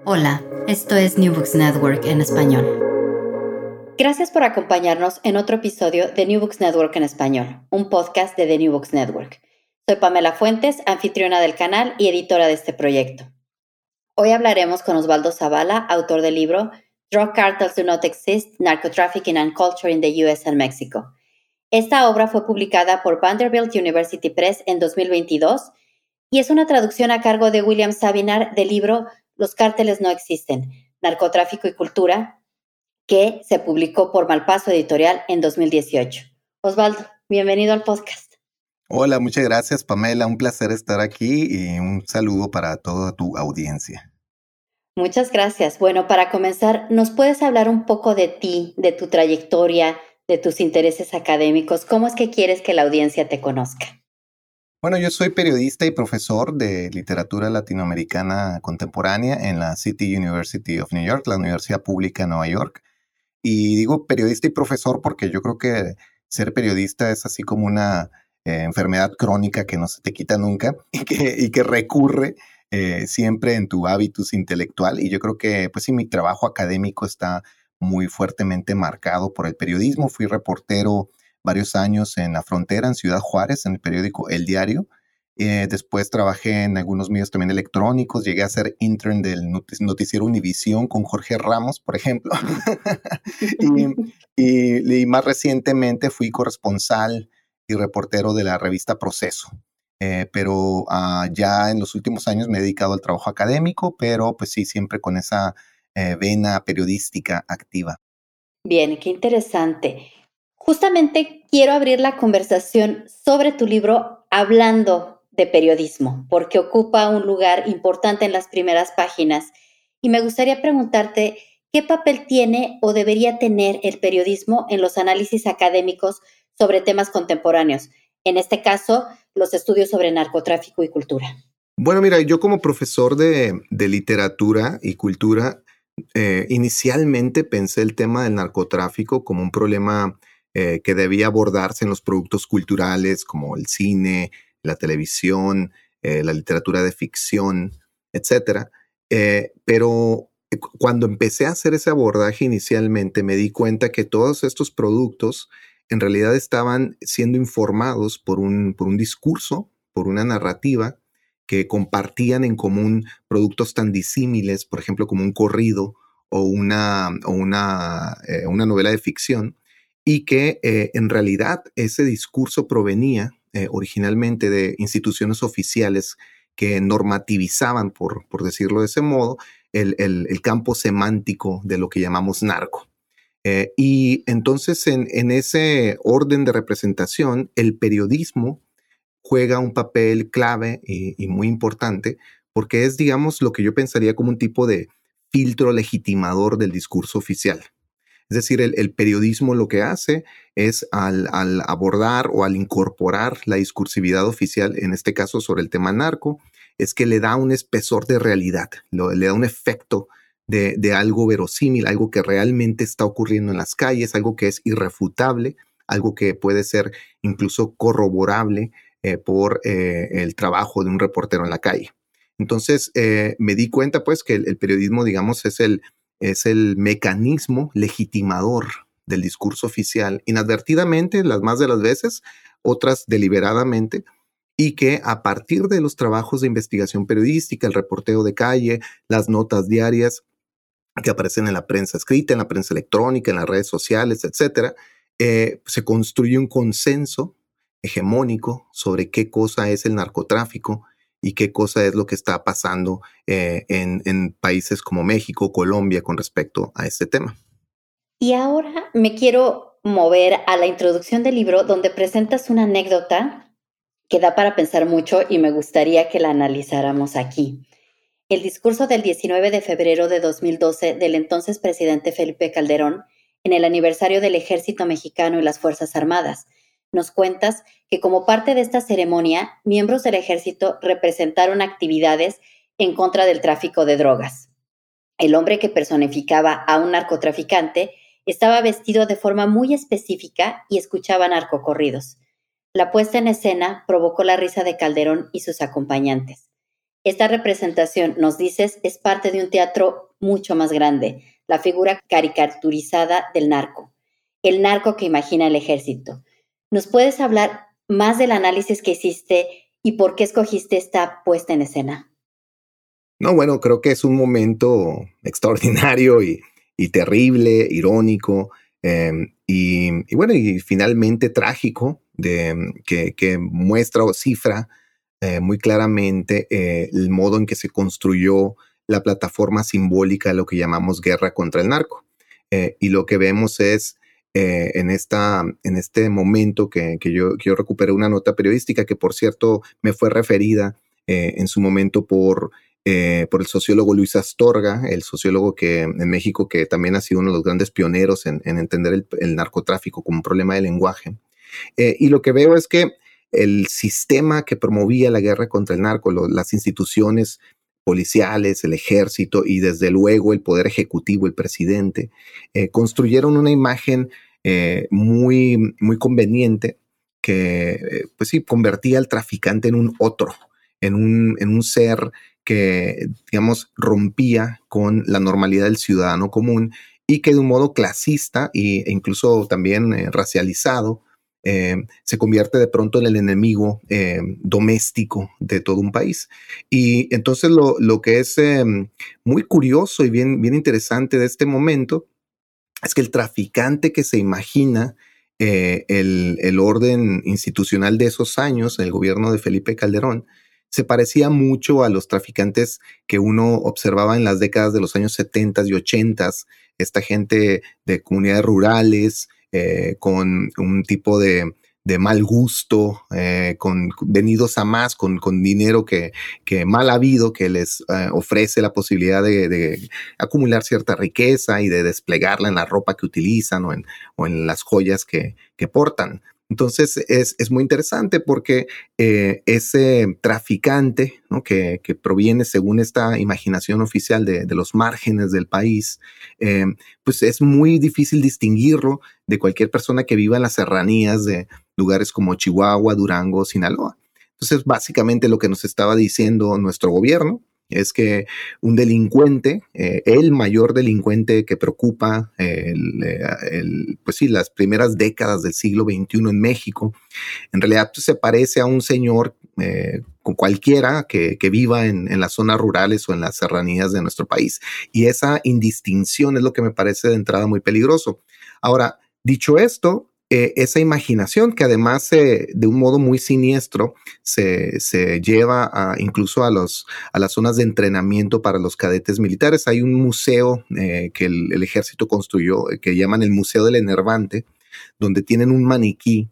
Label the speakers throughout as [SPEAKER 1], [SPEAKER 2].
[SPEAKER 1] Hola, esto es New Books Network en español.
[SPEAKER 2] Gracias por acompañarnos en otro episodio de New Books Network en español, un podcast de The New Books Network. Soy Pamela Fuentes, anfitriona del canal y editora de este proyecto. Hoy hablaremos con Osvaldo Zavala, autor del libro Drug Cartels Do Not Exist, Narcotrafficking and Culture in the U.S. and Mexico. Esta obra fue publicada por Vanderbilt University Press en 2022 y es una traducción a cargo de William Sabinar del libro Los cárteles no existen, narcotráfico y cultura, que se publicó por Malpaso Editorial en 2018. Osvaldo, bienvenido al podcast.
[SPEAKER 3] Hola, muchas gracias, Pamela. Un placer estar aquí y un saludo para toda tu audiencia.
[SPEAKER 2] Muchas gracias. Bueno, para comenzar, ¿nos puedes hablar un poco de ti, de tu trayectoria, de tus intereses académicos? ¿Cómo es que quieres que la audiencia te conozca?
[SPEAKER 3] Bueno, yo soy periodista y profesor de literatura latinoamericana contemporánea en la City University of New York, la Universidad Pública de Nueva York. Y digo periodista y profesor porque yo creo que ser periodista es así como una enfermedad crónica que no se te quita nunca y que recurre siempre en tu hábitus intelectual. Y yo creo que, pues sí, mi trabajo académico está muy fuertemente marcado por el periodismo. Fui reportero varios años en La Frontera, en Ciudad Juárez, en el periódico El Diario. Después trabajé en algunos medios también electrónicos. Llegué a ser intern del noticiero Univisión con Jorge Ramos, por ejemplo. y más recientemente fui corresponsal y reportero de la revista Proceso. Pero ya en los últimos años me he dedicado al trabajo académico, pero pues sí, siempre con esa vena periodística activa.
[SPEAKER 2] Bien, qué interesante. Justamente quiero abrir la conversación sobre tu libro hablando de periodismo, porque ocupa un lugar importante en las primeras páginas. Y me gustaría preguntarte, ¿qué papel tiene o debería tener el periodismo en los análisis académicos sobre temas contemporáneos? En este caso, los estudios sobre narcotráfico y cultura.
[SPEAKER 3] Bueno, mira, yo como profesor de literatura y cultura, inicialmente pensé el tema del narcotráfico como un problema que debía abordarse en los productos culturales como el cine, la televisión, la literatura de ficción, etcétera. Pero cuando empecé a hacer ese abordaje inicialmente, me di cuenta que todos estos productos en realidad estaban siendo informados por un discurso, por una narrativa que compartían en común productos tan disímiles, por ejemplo, como un corrido o una novela de ficción, y que en realidad ese discurso provenía originalmente de instituciones oficiales que normativizaban, por decirlo de ese modo, el campo semántico de lo que llamamos narco. Y entonces en ese orden de representación, el periodismo juega un papel clave y muy importante porque es, digamos, lo que yo pensaría como un tipo de filtro legitimador del discurso oficial. Es decir, el periodismo lo que hace es al abordar o al incorporar la discursividad oficial, en este caso sobre el tema narco, es que le da un espesor de realidad, le da un efecto de algo verosímil, algo que realmente está ocurriendo en las calles, algo que es irrefutable, algo que puede ser incluso corroborable por el trabajo de un reportero en la calle. Entonces me di cuenta pues que el periodismo, digamos, es el mecanismo legitimador del discurso oficial, inadvertidamente, las más de las veces, otras deliberadamente, y que a partir de los trabajos de investigación periodística, el reporteo de calle, las notas diarias que aparecen en la prensa escrita, en la prensa electrónica, en las redes sociales, etcétera, se construye un consenso hegemónico sobre qué cosa es el narcotráfico y qué cosa es lo que está pasando en países como México, Colombia con respecto a este tema.
[SPEAKER 2] Y ahora me quiero mover a la introducción del libro donde presentas una anécdota que da para pensar mucho y me gustaría que la analizáramos aquí. El discurso del 19 de febrero de 2012 del entonces presidente Felipe Calderón en el aniversario del Ejército Mexicano y las Fuerzas Armadas. Nos cuentas que como parte de esta ceremonia, miembros del ejército representaron actividades en contra del tráfico de drogas. El hombre que personificaba a un narcotraficante estaba vestido de forma muy específica y escuchaba narcocorridos. La puesta en escena provocó la risa de Calderón y sus acompañantes. Esta representación, nos dices, es parte de un teatro mucho más grande, la figura caricaturizada del narco, el narco que imagina el ejército. ¿Nos puedes hablar más del análisis que hiciste y por qué escogiste esta puesta en escena?
[SPEAKER 3] No, bueno, creo que es un momento extraordinario y terrible, irónico, y bueno, y finalmente trágico, que muestra o cifra muy claramente el modo en que se construyó la plataforma simbólica de lo que llamamos guerra contra el narco. Y lo que vemos es en este momento que yo recuperé una nota periodística que, por cierto, me fue referida en su momento por el sociólogo Luis Astorga, el sociólogo en México que también ha sido uno de los grandes pioneros en entender el narcotráfico como un problema de lenguaje. Y lo que veo es que el sistema que promovía la guerra contra el narco, las instituciones policiales, el ejército y desde luego el poder ejecutivo, el presidente, construyeron una imagen muy, muy conveniente que, pues sí, convertía al traficante en un otro, en un ser que, digamos, rompía con la normalidad del ciudadano común y que de un modo clasista e incluso también racializado, se convierte de pronto en el enemigo doméstico de todo un país. Y entonces lo que es muy curioso y bien, bien interesante de este momento es que el traficante que se imagina el orden institucional de esos años, el gobierno de Felipe Calderón, se parecía mucho a los traficantes que uno observaba en las décadas de los años 70 y 80, esta gente de comunidades rurales, con un tipo de mal gusto, venidos a más, con dinero que mal habido, que les ofrece la posibilidad de acumular cierta riqueza y de desplegarla en la ropa que utilizan o en las joyas que portan. Entonces es muy interesante porque ese traficante, ¿no? que proviene, según esta imaginación oficial, de los márgenes del país, pues es muy difícil distinguirlo de cualquier persona que viva en las serranías de lugares como Chihuahua, Durango, Sinaloa. Entonces, básicamente lo que nos estaba diciendo nuestro gobierno es que un delincuente, el mayor delincuente que preocupa pues sí, las primeras décadas del siglo XXI en México, en realidad pues, se parece a un señor con cualquiera que viva en las zonas rurales o en las serranías de nuestro país. Y esa indistinción es lo que me parece de entrada muy peligroso. Ahora, dicho esto, esa imaginación que además de un modo muy siniestro se lleva incluso a las zonas de entrenamiento para los cadetes militares. Hay un museo que el ejército construyó que llaman el Museo del Enervante, donde tienen un maniquí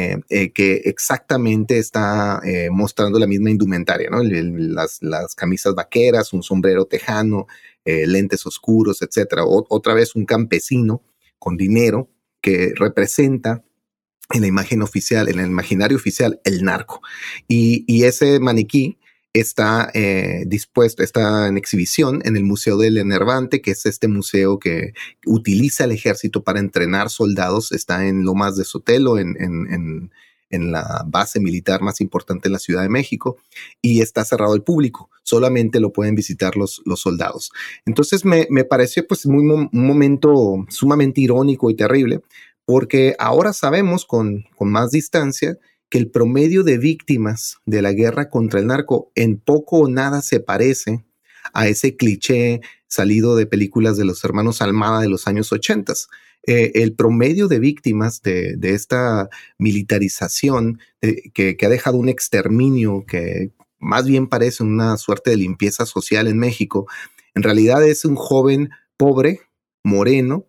[SPEAKER 3] que exactamente está mostrando la misma indumentaria, ¿no? Las camisas vaqueras, un sombrero tejano, lentes oscuros, etcétera. Otra vez un campesino con dinero que representa en la imagen oficial, en el imaginario oficial, el narco. Y ese maniquí está dispuesto, está en exhibición en el Museo del Enervante, que es este museo que utiliza el ejército para entrenar soldados. Está en Lomas de Sotelo, en la base militar más importante en la Ciudad de México, y está cerrado al público. Solamente lo pueden visitar los soldados. Entonces me pareció pues un momento sumamente irónico y terrible, porque ahora sabemos con más distancia que el promedio de víctimas de la guerra contra el narco en poco o nada se parece a ese cliché salido de películas de los hermanos Almada de los años 80. El promedio de víctimas de esta militarización que ha dejado un exterminio que más bien parece una suerte de limpieza social en México, en realidad es un joven pobre, moreno,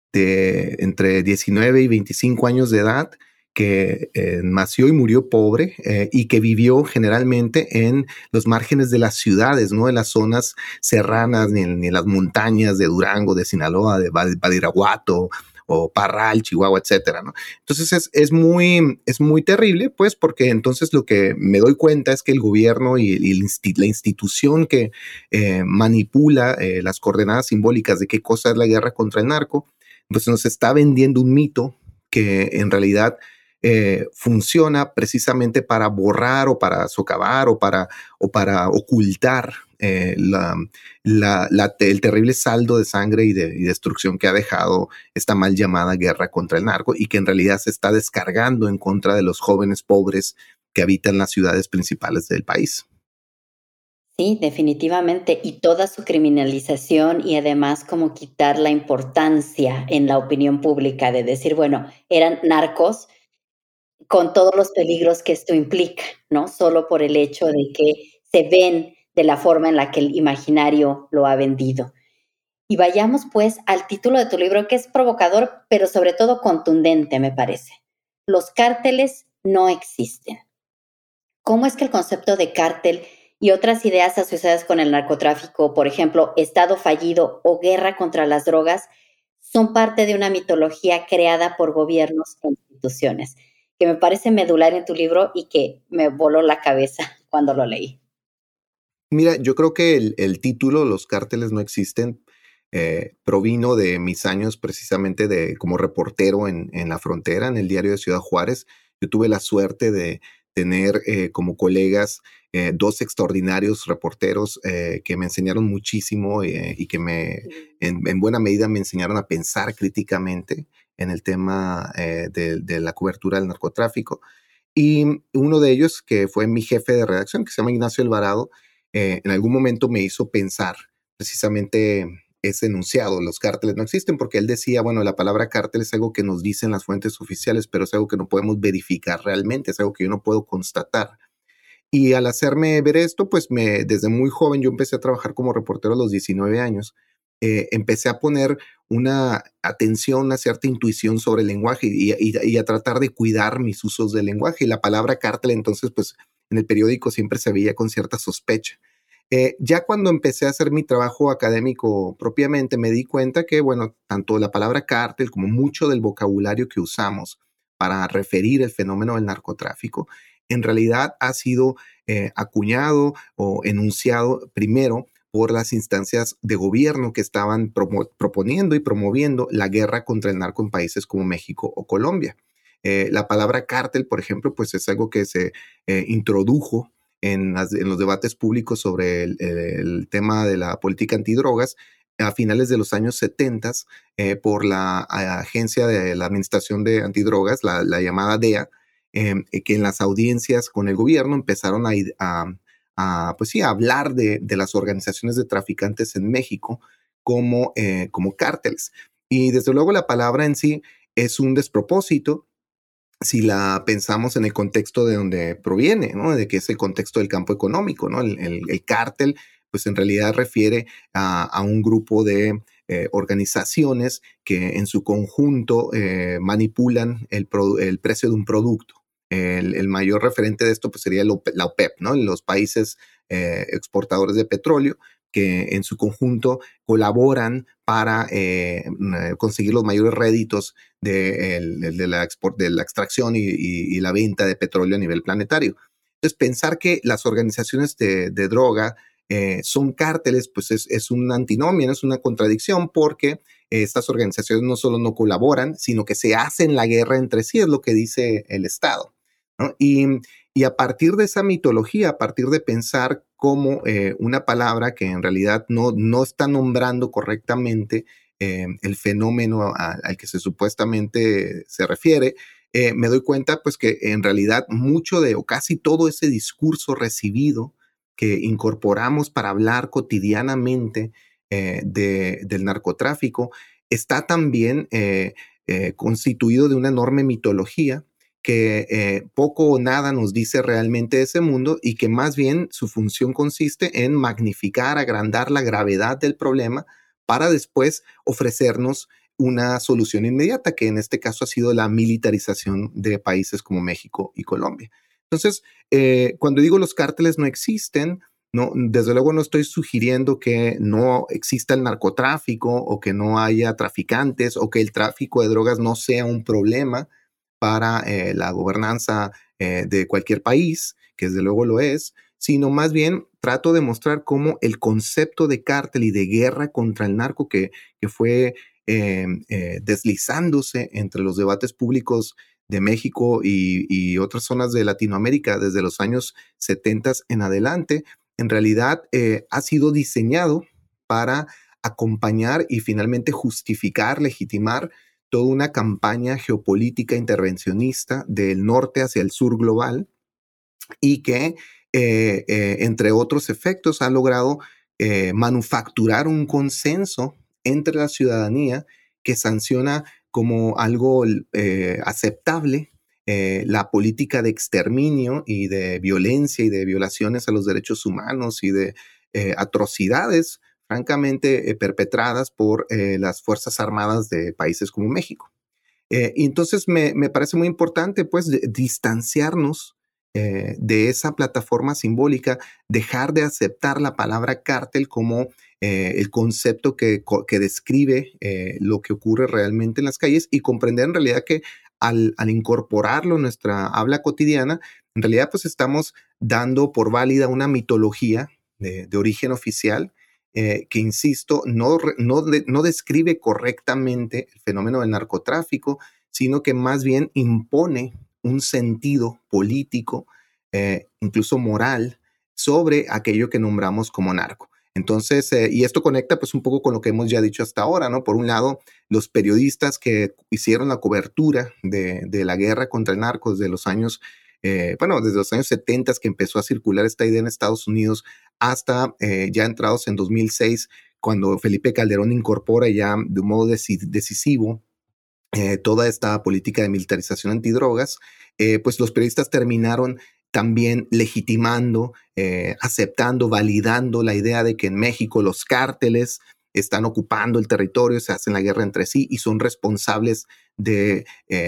[SPEAKER 3] de entre 19 y 25 años de edad, que nació y murió pobre y que vivió generalmente en los márgenes de las ciudades, no en las zonas serranas, ni en las montañas de Durango, de Sinaloa, de Badiraguato o Parral, Chihuahua, etcétera, ¿no? Entonces es muy terrible, pues, porque entonces lo que me doy cuenta es que el gobierno y la institución que manipula las coordenadas simbólicas de qué cosa es la guerra contra el narco, pues nos está vendiendo un mito que en realidad funciona precisamente para borrar o para socavar o para ocultar el terrible saldo de sangre y destrucción que ha dejado esta mal llamada guerra contra el narco, y que en realidad se está descargando en contra de los jóvenes pobres que habitan las ciudades principales del país.
[SPEAKER 2] Sí, definitivamente. Y toda su criminalización y además como quitar la importancia en la opinión pública de decir, bueno, eran narcos con todos los peligros que esto implica, ¿no? Solo por el hecho de que se ven de la forma en la que el imaginario lo ha vendido. Y vayamos pues al título de tu libro, que es provocador, pero sobre todo contundente, me parece. Los cárteles no existen. ¿Cómo es que el concepto de cártel y otras ideas asociadas con el narcotráfico, por ejemplo, Estado fallido o guerra contra las drogas, son parte de una mitología creada por gobiernos e instituciones? Que me parece medular en tu libro y que me voló la cabeza cuando lo leí.
[SPEAKER 3] Mira, yo creo que el título, Los cárteles no existen, provino de mis años precisamente como reportero en la frontera, en el diario de Ciudad Juárez. Yo tuve la suerte de tener como colegas dos extraordinarios reporteros que me enseñaron muchísimo y que en buena medida me enseñaron a pensar críticamente en el tema de la cobertura del narcotráfico. Y uno de ellos, que fue mi jefe de redacción, que se llama Ignacio Alvarado, en algún momento me hizo pensar precisamente ese enunciado: los cárteles no existen, porque él decía, bueno, la palabra cártel es algo que nos dicen las fuentes oficiales, pero es algo que no podemos verificar realmente, es algo que yo no puedo constatar. Y al hacerme ver esto, pues desde muy joven yo empecé a trabajar como reportero a los 19 años. Empecé a poner una atención, una cierta intuición sobre el lenguaje y a tratar de cuidar mis usos del lenguaje. Y la palabra cártel, entonces, pues en el periódico siempre se veía con cierta sospecha. Ya cuando empecé a hacer mi trabajo académico propiamente, me di cuenta que, bueno, tanto la palabra cártel como mucho del vocabulario que usamos para referir el fenómeno del narcotráfico, en realidad ha sido acuñado o enunciado primero por las instancias de gobierno que estaban proponiendo y promoviendo la guerra contra el narco en países como México o Colombia. La palabra cártel, por ejemplo, pues es algo que se introdujo en los debates públicos sobre el tema de la política antidrogas a finales de los años 70 por la agencia de la Administración de Antidrogas, la llamada DEA, que en las audiencias con el gobierno empezaron pues sí, a hablar de las organizaciones de traficantes en México como cárteles. Y desde luego la palabra en sí es un despropósito si la pensamos en el contexto de donde proviene, ¿no? De que es el contexto del campo económico, ¿no? El cártel, pues en realidad refiere a un grupo de organizaciones que en su conjunto manipulan el precio de un producto. El mayor referente de esto pues sería la OPEP, ¿no? Los países exportadores de petróleo, que en su conjunto colaboran para conseguir los mayores réditos de la extracción y la venta de petróleo a nivel planetario. Entonces, pensar que las organizaciones de droga son cárteles, pues es una antinomia, ¿no? Es una contradicción, porque estas organizaciones no solo no colaboran, sino que se hacen la guerra entre sí, es lo que dice el Estado, ¿no? Y a partir de esa mitología, a partir de pensar como una palabra que en realidad no está nombrando correctamente el fenómeno al que se supuestamente se refiere, me doy cuenta pues que en realidad mucho o casi todo ese discurso recibido que incorporamos para hablar cotidianamente del narcotráfico está también constituido de una enorme mitología que poco o nada nos dice realmente de ese mundo, y que más bien su función consiste en magnificar, agrandar la gravedad del problema para después ofrecernos una solución inmediata, que en este caso ha sido la militarización de países como México y Colombia. Entonces, cuando digo los cárteles no existen, no, desde luego no estoy sugiriendo que no exista el narcotráfico o que no haya traficantes o que el tráfico de drogas no sea un problema para la gobernanza de cualquier país, que desde luego lo es, sino más bien trato de mostrar cómo el concepto de cártel y de guerra contra el narco que fue deslizándose entre los debates públicos de México y otras zonas de Latinoamérica desde los años 70 en adelante, en realidad ha sido diseñado para acompañar y finalmente justificar, legitimar toda una campaña geopolítica intervencionista del norte hacia el sur global y que, entre otros efectos, ha logrado manufacturar un consenso entre la ciudadanía que sanciona como algo aceptable la política de exterminio y de violencia y de violaciones a los derechos humanos y de atrocidades francamente perpetradas por las Fuerzas Armadas de países como México. Y entonces me parece muy importante pues distanciarnos de esa plataforma simbólica, dejar de aceptar la palabra cártel como el concepto que describe lo que ocurre realmente en las calles y comprender en realidad que al incorporarlo en nuestra habla cotidiana, en realidad pues estamos dando por válida una mitología de origen oficial que, insisto, no describe correctamente el fenómeno del narcotráfico, sino que más bien impone un sentido político, incluso moral, sobre aquello que nombramos como narco. Entonces, y esto conecta pues un poco con lo que hemos ya dicho hasta ahora, ¿no? Por un lado, los periodistas que hicieron la cobertura de la guerra contra el narco desde los años, desde los años 70 que empezó a circular esta idea en Estados Unidos hasta ya entrados en 2006, cuando Felipe Calderón incorpora ya de un modo decisivo toda esta política de militarización antidrogas, pues los periodistas terminaron también legitimando, aceptando, validando la idea de que en México los cárteles están ocupando el territorio, se hacen la guerra entre sí y son responsables de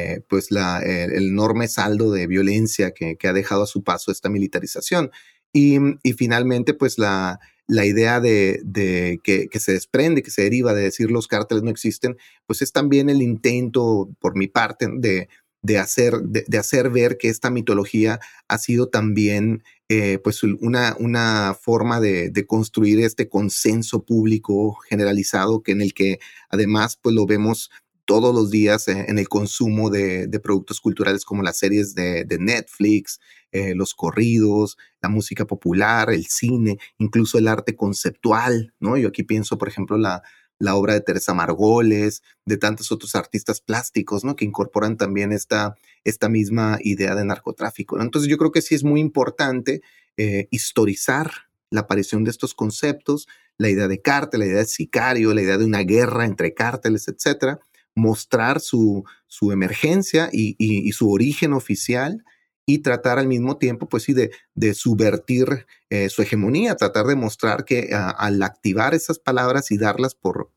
[SPEAKER 3] el enorme saldo de violencia que ha dejado a su paso esta militarización. Y finalmente, pues la idea de que se desprende, que se deriva de decir los cárteles no existen, pues es también el intento, por mi parte, de hacer ver que esta mitología ha sido también pues una forma de construir este consenso público generalizado en el que además pues lo vemos todos los días en el consumo de productos culturales como las series de Netflix, los corridos, la música popular, el cine, incluso el arte conceptual, ¿no? Yo aquí pienso, por ejemplo, la obra de Teresa Margolles, de tantos otros artistas plásticos, ¿no? Que incorporan también esta misma idea de narcotráfico, ¿no? Entonces yo creo que sí es muy importante historizar la aparición de estos conceptos, la idea de cártel, la idea de sicario, la idea de una guerra entre cárteles, etcétera, mostrar su emergencia y su origen oficial y tratar al mismo tiempo, pues sí, de subvertir su hegemonía, tratar de mostrar que al activar esas palabras y darlas por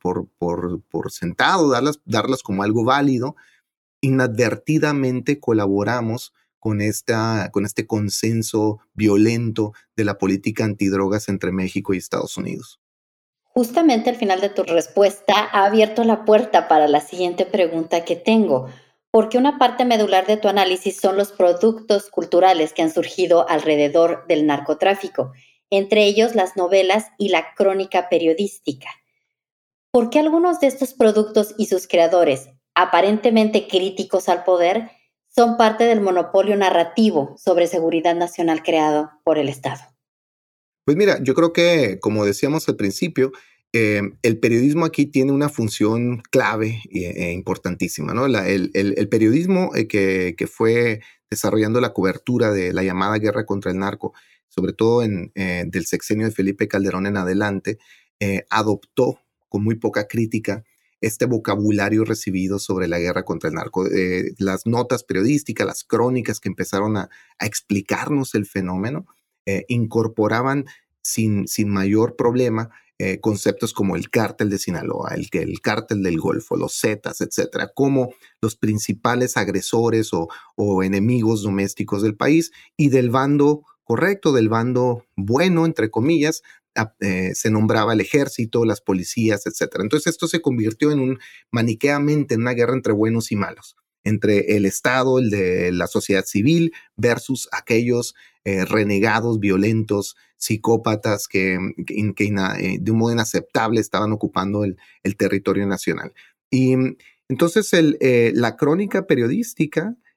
[SPEAKER 3] sentado, darlas como algo válido, inadvertidamente colaboramos con este consenso violento de la política antidrogas entre México y Estados Unidos.
[SPEAKER 2] Justamente al final de tu respuesta ha abierto la puerta para la siguiente pregunta que tengo, porque una parte medular de tu análisis son los productos culturales que han surgido alrededor del narcotráfico, entre ellos las novelas y la crónica periodística. ¿Por qué algunos de estos productos y sus creadores, aparentemente críticos al poder, son parte del monopolio narrativo sobre seguridad nacional creado por el Estado?
[SPEAKER 3] Pues mira, yo creo que, como decíamos al principio, el periodismo aquí tiene una función clave e importantísima, ¿no? El periodismo que fue desarrollando la cobertura de la llamada guerra contra el narco, sobre todo del sexenio de Felipe Calderón en adelante, adoptó con muy poca crítica este vocabulario recibido sobre la guerra contra el narco. Las notas periodísticas, las crónicas que empezaron a explicarnos el fenómeno, incorporaban sin mayor problema conceptos como el cártel de Sinaloa, el cártel del Golfo, los Zetas, etcétera, como los principales agresores o enemigos domésticos del país, y del bando correcto, del bando bueno, entre comillas, se nombraba el ejército, las policías, etcétera. Entonces esto se convirtió maniqueamente en una guerra entre buenos y malos, entre el Estado, el de la sociedad civil, versus aquellos renegados, violentos, psicópatas que de un modo inaceptable estaban ocupando el territorio nacional. Y entonces la crónica periodística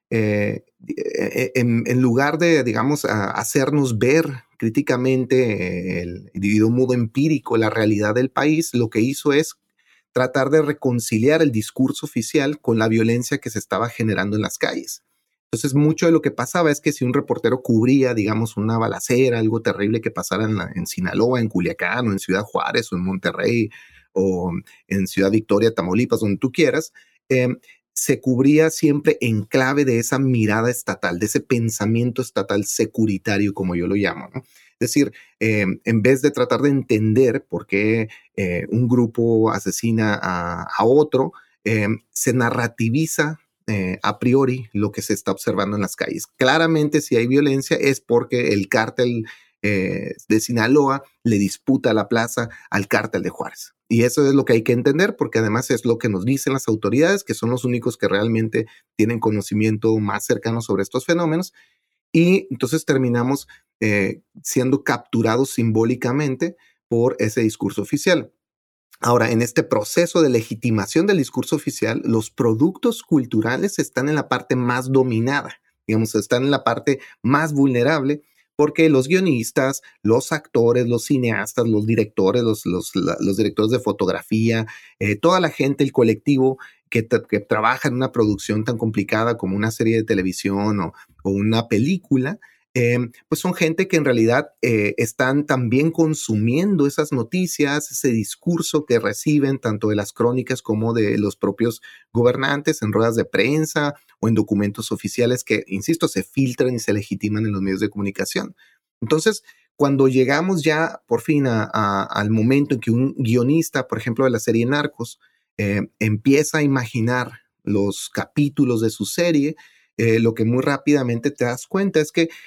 [SPEAKER 3] en lugar de, digamos, hacernos ver críticamente el individuo mudo empírico, la realidad del país, lo que hizo es tratar de reconciliar el discurso oficial con la violencia que se estaba generando en las calles. Entonces, mucho de lo que pasaba es que si un reportero cubría, digamos, una balacera, algo terrible que pasara en Sinaloa, en Culiacán, o en Ciudad Juárez, o en Monterrey, o en Ciudad Victoria, Tamaulipas, donde tú quieras, eh, se cubría siempre en clave de esa mirada estatal, de ese pensamiento estatal securitario, como yo lo llamo, ¿no? Es decir, en vez de tratar de entender por qué un grupo asesina a otro, se narrativiza a priori lo que se está observando en las calles. Claramente, si hay violencia es porque el cártel de Sinaloa le disputa la plaza al cártel de Juárez. Y eso es lo que hay que entender, porque además es lo que nos dicen las autoridades, que son los únicos que realmente tienen conocimiento más cercano sobre estos fenómenos. Y entonces terminamos siendo capturados simbólicamente por ese discurso oficial. Ahora, en este proceso de legitimación del discurso oficial, los productos culturales están en la parte más dominada, digamos, están en la parte más vulnerable, porque los guionistas, los actores, los cineastas, los directores, los directores de fotografía, toda la gente, el colectivo que trabaja en una producción tan complicada como una serie de televisión o una película, pues son gente que en realidad están también consumiendo esas noticias, ese discurso que reciben tanto de las crónicas como de los propios gobernantes en ruedas de prensa o en documentos oficiales que, insisto, se filtran y se legitiman en los medios de comunicación. Entonces, cuando llegamos ya por fin al momento en que un guionista, por ejemplo, de la serie Narcos, empieza a imaginar los capítulos de su serie, lo que muy rápidamente te das cuenta es que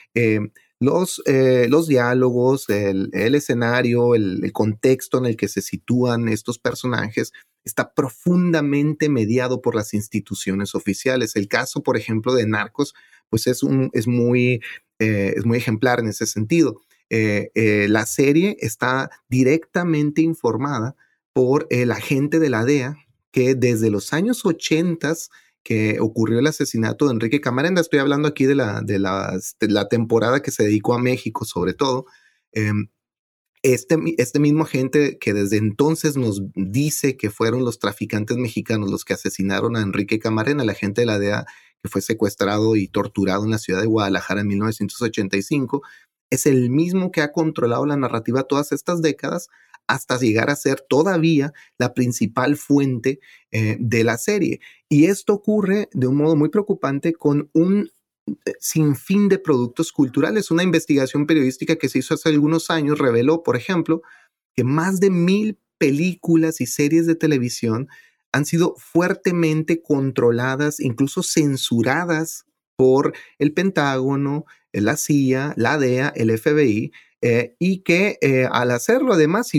[SPEAKER 3] los diálogos, el escenario, el contexto en el que se sitúan estos personajes está profundamente mediado por las instituciones oficiales. El caso, por ejemplo, de Narcos, pues es muy ejemplar en ese sentido. La serie está directamente informada por el agente de la DEA que desde los años 80 que ocurrió el asesinato de Enrique Camarena. Estoy hablando aquí de la temporada que se dedicó a México, sobre todo. Este mismo agente que desde entonces nos dice que fueron los traficantes mexicanos los que asesinaron a Enrique Camarena, el agente de la DEA que fue secuestrado y torturado en la ciudad de Guadalajara en 1985, es el mismo que ha controlado la narrativa todas estas décadas hasta llegar a ser todavía la principal fuente de la serie. Y esto ocurre de un modo muy preocupante con un sinfín de productos culturales. Una investigación periodística que se hizo hace algunos años reveló, por ejemplo, que más de 1,000 películas y series de televisión han sido fuertemente controladas, incluso censuradas por el Pentágono, la CIA, la DEA, el FBI, y que al hacerlo además,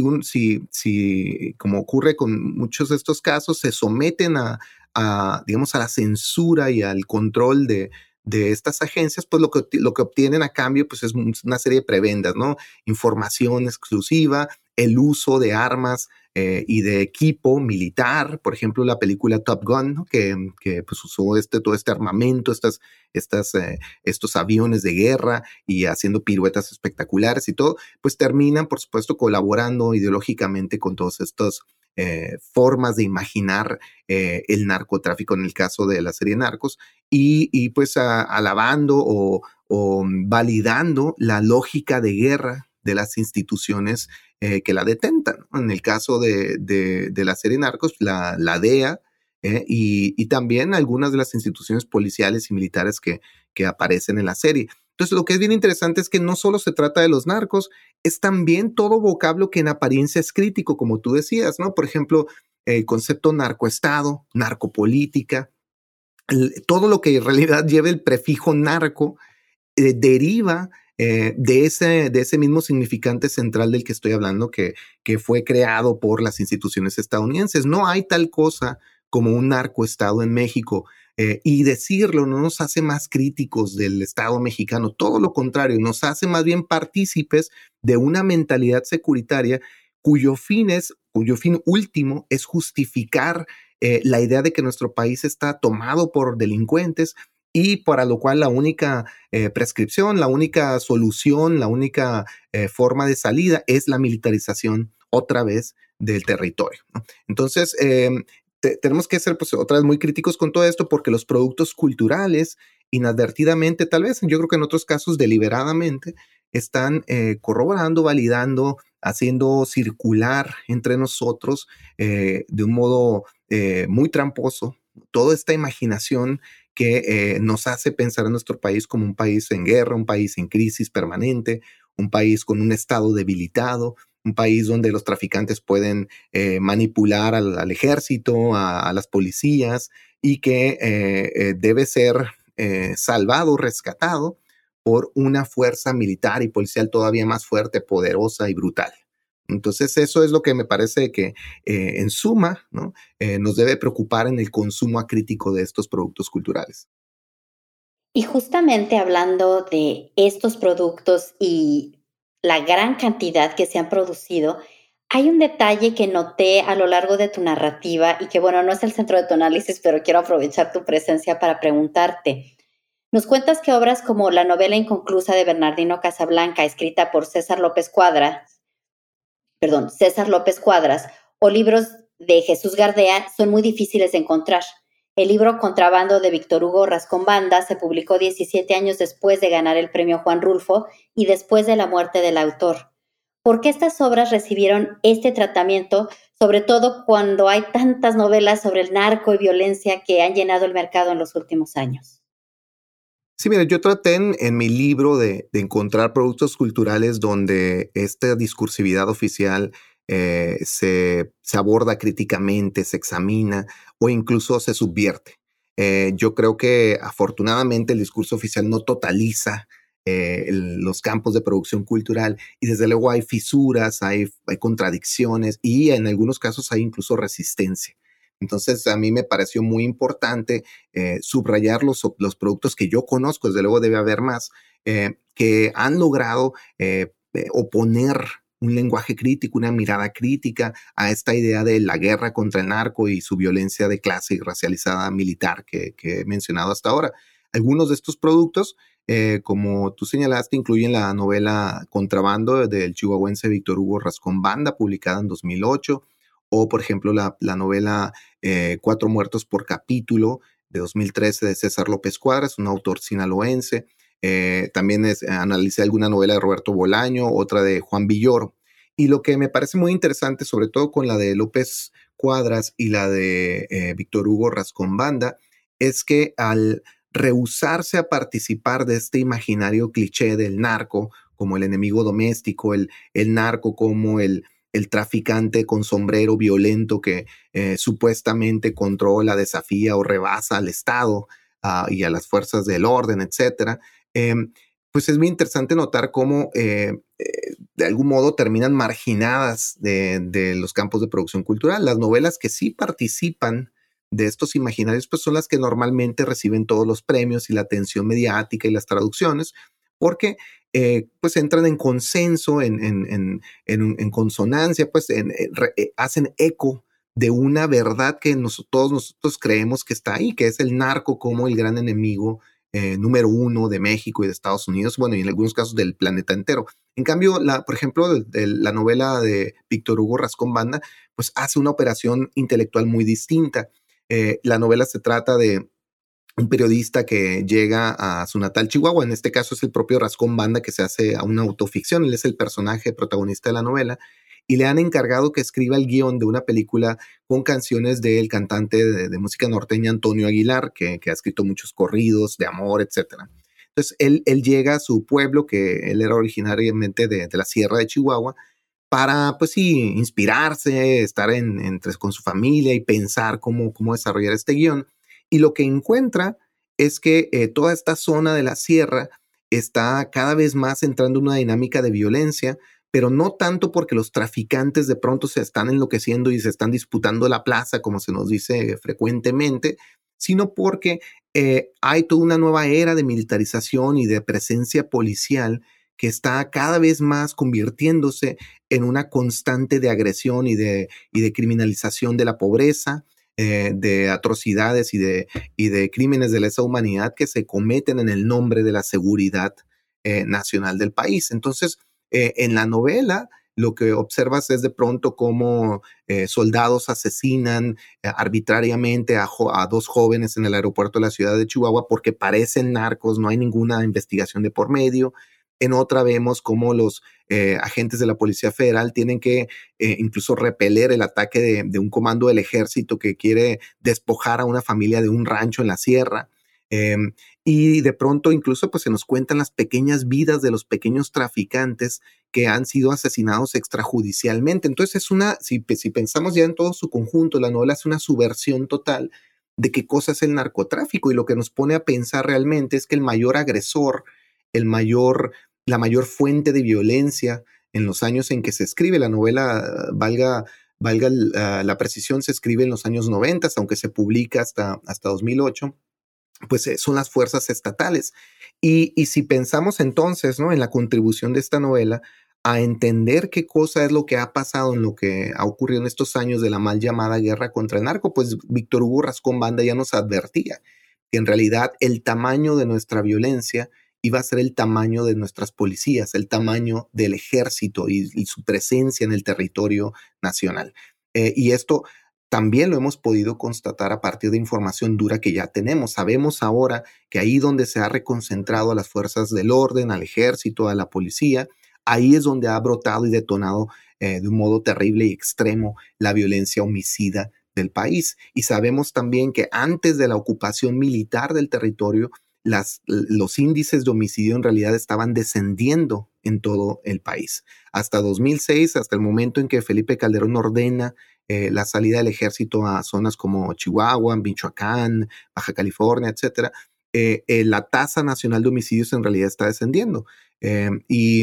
[SPEAKER 3] si como ocurre con muchos de estos casos, se someten digamos, a la censura y al control de estas agencias, pues lo que obtienen a cambio pues es una serie de prebendas, ¿no? Información exclusiva, el uso de armas y de equipo militar, por ejemplo, la película Top Gun, ¿no? que pues usó todo este armamento, estos aviones de guerra y haciendo piruetas espectaculares y todo, pues terminan, por supuesto, colaborando ideológicamente con todas estas formas de imaginar el narcotráfico en el caso de la serie Narcos y pues alabando o validando la lógica de guerra de las instituciones que la detentan, ¿no? En el caso de la serie Narcos, la DEA y también algunas de las instituciones policiales y militares que aparecen en la serie. Entonces, lo que es bien interesante es que no solo se trata de los narcos, es también todo vocablo que en apariencia es crítico, como tú decías, ¿no? Por ejemplo, el concepto narcoestado, narcopolítica, todo lo que en realidad lleva el prefijo narco deriva de ese mismo significante central del que estoy hablando, que fue creado por las instituciones estadounidenses. No hay tal cosa como un narcoestado en México. Y decirlo no nos hace más críticos del Estado mexicano, todo lo contrario, nos hace más bien partícipes de una mentalidad securitaria cuyo fin último es justificar la idea de que nuestro país está tomado por delincuentes y para lo cual la única prescripción, la única solución, la única forma de salida es la militarización otra vez del territorio, ¿no? Entonces, tenemos que ser pues, otra vez muy críticos con todo esto porque los productos culturales, inadvertidamente, tal vez, yo creo que en otros casos deliberadamente, están corroborando, validando, haciendo circular entre nosotros de un modo muy tramposo toda esta imaginación que nos hace pensar a nuestro país como un país en guerra, un país en crisis permanente, un país con un estado debilitado, un país donde los traficantes pueden manipular al ejército, a las policías, y que debe ser salvado, rescatado por una fuerza militar y policial todavía más fuerte, poderosa y brutal. Entonces, eso es lo que me parece que, en suma, ¿no? Nos debe preocupar en el consumo acrítico de estos productos culturales.
[SPEAKER 2] Y justamente hablando de estos productos y la gran cantidad que se han producido, hay un detalle que noté a lo largo de tu narrativa y que, bueno, no es el centro de tu análisis, pero quiero aprovechar tu presencia para preguntarte. Nos cuentas que obras como la novela inconclusa de Bernardino Casablanca, escrita por César López Cuadras, o libros de Jesús Gardea son muy difíciles de encontrar. El libro Contrabando de Víctor Hugo Rascón Banda se publicó 17 años después de ganar el premio Juan Rulfo y después de la muerte del autor. ¿Por qué estas obras recibieron este tratamiento, sobre todo cuando hay tantas novelas sobre el narco y violencia que han llenado el mercado en los últimos años?
[SPEAKER 3] Sí, mira, yo traté en mi libro de encontrar productos culturales donde esta discursividad oficial se aborda críticamente, se examina o incluso se subvierte. Yo creo que afortunadamente el discurso oficial no totaliza los campos de producción cultural y desde luego hay fisuras, hay contradicciones y en algunos casos hay incluso resistencia. Entonces, a mí me pareció muy importante subrayar los productos que yo conozco, desde luego debe haber más, que han logrado oponer un lenguaje crítico, una mirada crítica a esta idea de la guerra contra el narco y su violencia de clase y racializada militar que he mencionado hasta ahora. Algunos de estos productos, como tú señalaste, incluyen la novela Contrabando del chihuahuense Víctor Hugo Rascón Banda, publicada en 2008, o por ejemplo la novela Cuatro muertos por capítulo de 2013 de César López Cuadras, un autor sinaloense. También analicé alguna novela de Roberto Bolaño, otra de Juan Villoro. Y lo que me parece muy interesante, sobre todo con la de López Cuadras y la de Víctor Hugo Rascón Banda, es que al rehusarse a participar de este imaginario cliché del narco como el enemigo doméstico, el narco como el traficante con sombrero violento que supuestamente controla, desafía o rebasa al Estado y a las fuerzas del orden, etcétera. Eh, pues es muy interesante notar cómo de algún modo terminan marginadas de los campos de producción cultural. Las novelas que sí participan de estos imaginarios pues son las que normalmente reciben todos los premios y la atención mediática y las traducciones, porque pues entran en consenso, en consonancia, pues hacen eco de una verdad que todos nosotros creemos que está ahí, que es el narco como el gran enemigo número uno de México y de Estados Unidos, bueno, y en algunos casos del planeta entero. En cambio, por ejemplo, la novela de Víctor Hugo Rascón Banda, pues hace una operación intelectual muy distinta. La novela se trata de un periodista que llega a su natal Chihuahua, en este caso es el propio Rascón Banda que se hace a una autoficción, él es el personaje protagonista de la novela, y le han encargado que escriba el guión de una película con canciones del cantante de música norteña Antonio Aguilar, que ha escrito muchos corridos de amor, etcétera. Entonces él llega a su pueblo, que él era originariamente de la Sierra de Chihuahua, para, pues sí, inspirarse, estar con su familia y pensar cómo desarrollar este guión. Y lo que encuentra es que toda esta zona de la sierra está cada vez más entrando en una dinámica de violencia, pero no tanto porque los traficantes de pronto se están enloqueciendo y se están disputando la plaza, como se nos dice frecuentemente, sino porque hay toda una nueva era de militarización y de presencia policial que está cada vez más convirtiéndose en una constante de agresión y de criminalización de la pobreza, de atrocidades y de crímenes de lesa humanidad que se cometen en el nombre de la seguridad nacional del país. Entonces, en la novela, lo que observas es de pronto cómo soldados asesinan arbitrariamente a dos jóvenes en el aeropuerto de la ciudad de Chihuahua porque parecen narcos, no hay ninguna investigación de por medio. En otra vemos cómo los agentes de la Policía Federal tienen que incluso repeler el ataque de un comando del ejército que quiere despojar a una familia de un rancho en la sierra. Y de pronto incluso pues se nos cuentan las pequeñas vidas de los pequeños traficantes que han sido asesinados extrajudicialmente. Entonces si pensamos ya en todo su conjunto, la novela es una subversión total de qué cosa es el narcotráfico, y lo que nos pone a pensar realmente es que el mayor agresor, la mayor fuente de violencia en los años en que se escribe la novela, valga la precisión, se escribe en los años 90, aunque se publica hasta 2008, pues son las fuerzas estatales. Y si pensamos entonces, ¿no?, en la contribución de esta novela a entender qué cosa es lo que ha pasado en lo que ha ocurrido en estos años de la mal llamada guerra contra el narco, pues Víctor Hugo Rascón Banda ya nos advertía que en realidad el tamaño de nuestra violencia iba a ser el tamaño de nuestras policías, el tamaño del ejército y su presencia en el territorio nacional. Y esto también lo hemos podido constatar a partir de información dura que ya tenemos. Sabemos ahora que ahí donde se ha reconcentrado a las fuerzas del orden, al ejército, a la policía, ahí es donde ha brotado y detonado de un modo terrible y extremo la violencia homicida del país. Y sabemos también que antes de la ocupación militar del territorio, los índices de homicidio en realidad estaban descendiendo en todo el país. Hasta 2006, hasta el momento en que Felipe Calderón ordena la salida del ejército a zonas como Chihuahua, Michoacán, Baja California, etcétera, la tasa nacional de homicidios en realidad está descendiendo. Y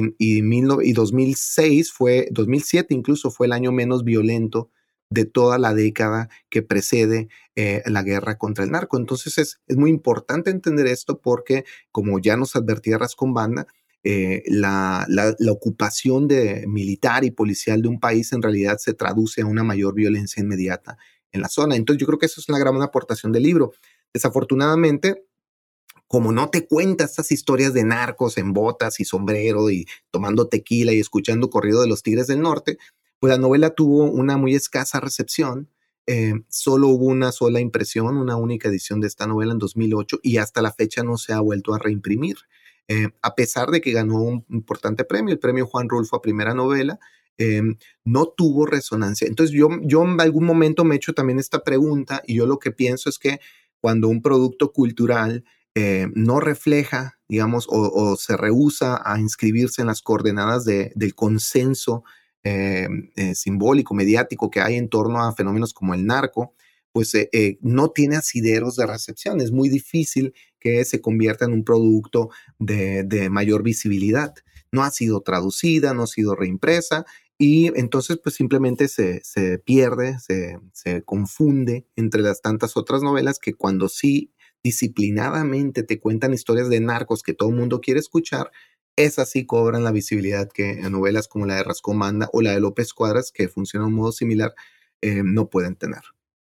[SPEAKER 3] 2007 incluso fue el año menos violento de toda la década que precede la guerra contra el narco. Entonces es muy importante entender esto porque, como ya nos advertía Rascón Banda, la ocupación militar y policial de un país en realidad se traduce a una mayor violencia inmediata en la zona. Entonces yo creo que eso es una gran aportación del libro. Desafortunadamente, como no te cuenta estas historias de narcos en botas y sombrero y tomando tequila y escuchando corrido de los Tigres del Norte, pues la novela tuvo una muy escasa recepción. Solo hubo una sola impresión, una única edición de esta novela en 2008, y hasta la fecha no se ha vuelto a reimprimir. A pesar de que ganó un importante premio, el premio Juan Rulfo a primera novela, no tuvo resonancia. Entonces yo en algún momento me he hecho también esta pregunta, y yo lo que pienso es que cuando un producto cultural no refleja, digamos, o se rehúsa a inscribirse en las coordenadas del consenso simbólico, mediático que hay en torno a fenómenos como el narco, pues no tiene asideros de recepción. Es muy difícil que se convierta en un producto de mayor visibilidad. No ha sido traducida, no ha sido reimpresa, y entonces pues simplemente se pierde, se confunde entre las tantas otras novelas que, cuando sí disciplinadamente te cuentan historias de narcos que todo el mundo quiere escuchar, esas sí cobran la visibilidad que novelas como la de Rascón Banda o la de López Cuadras, que funcionan de un modo similar, no pueden tener.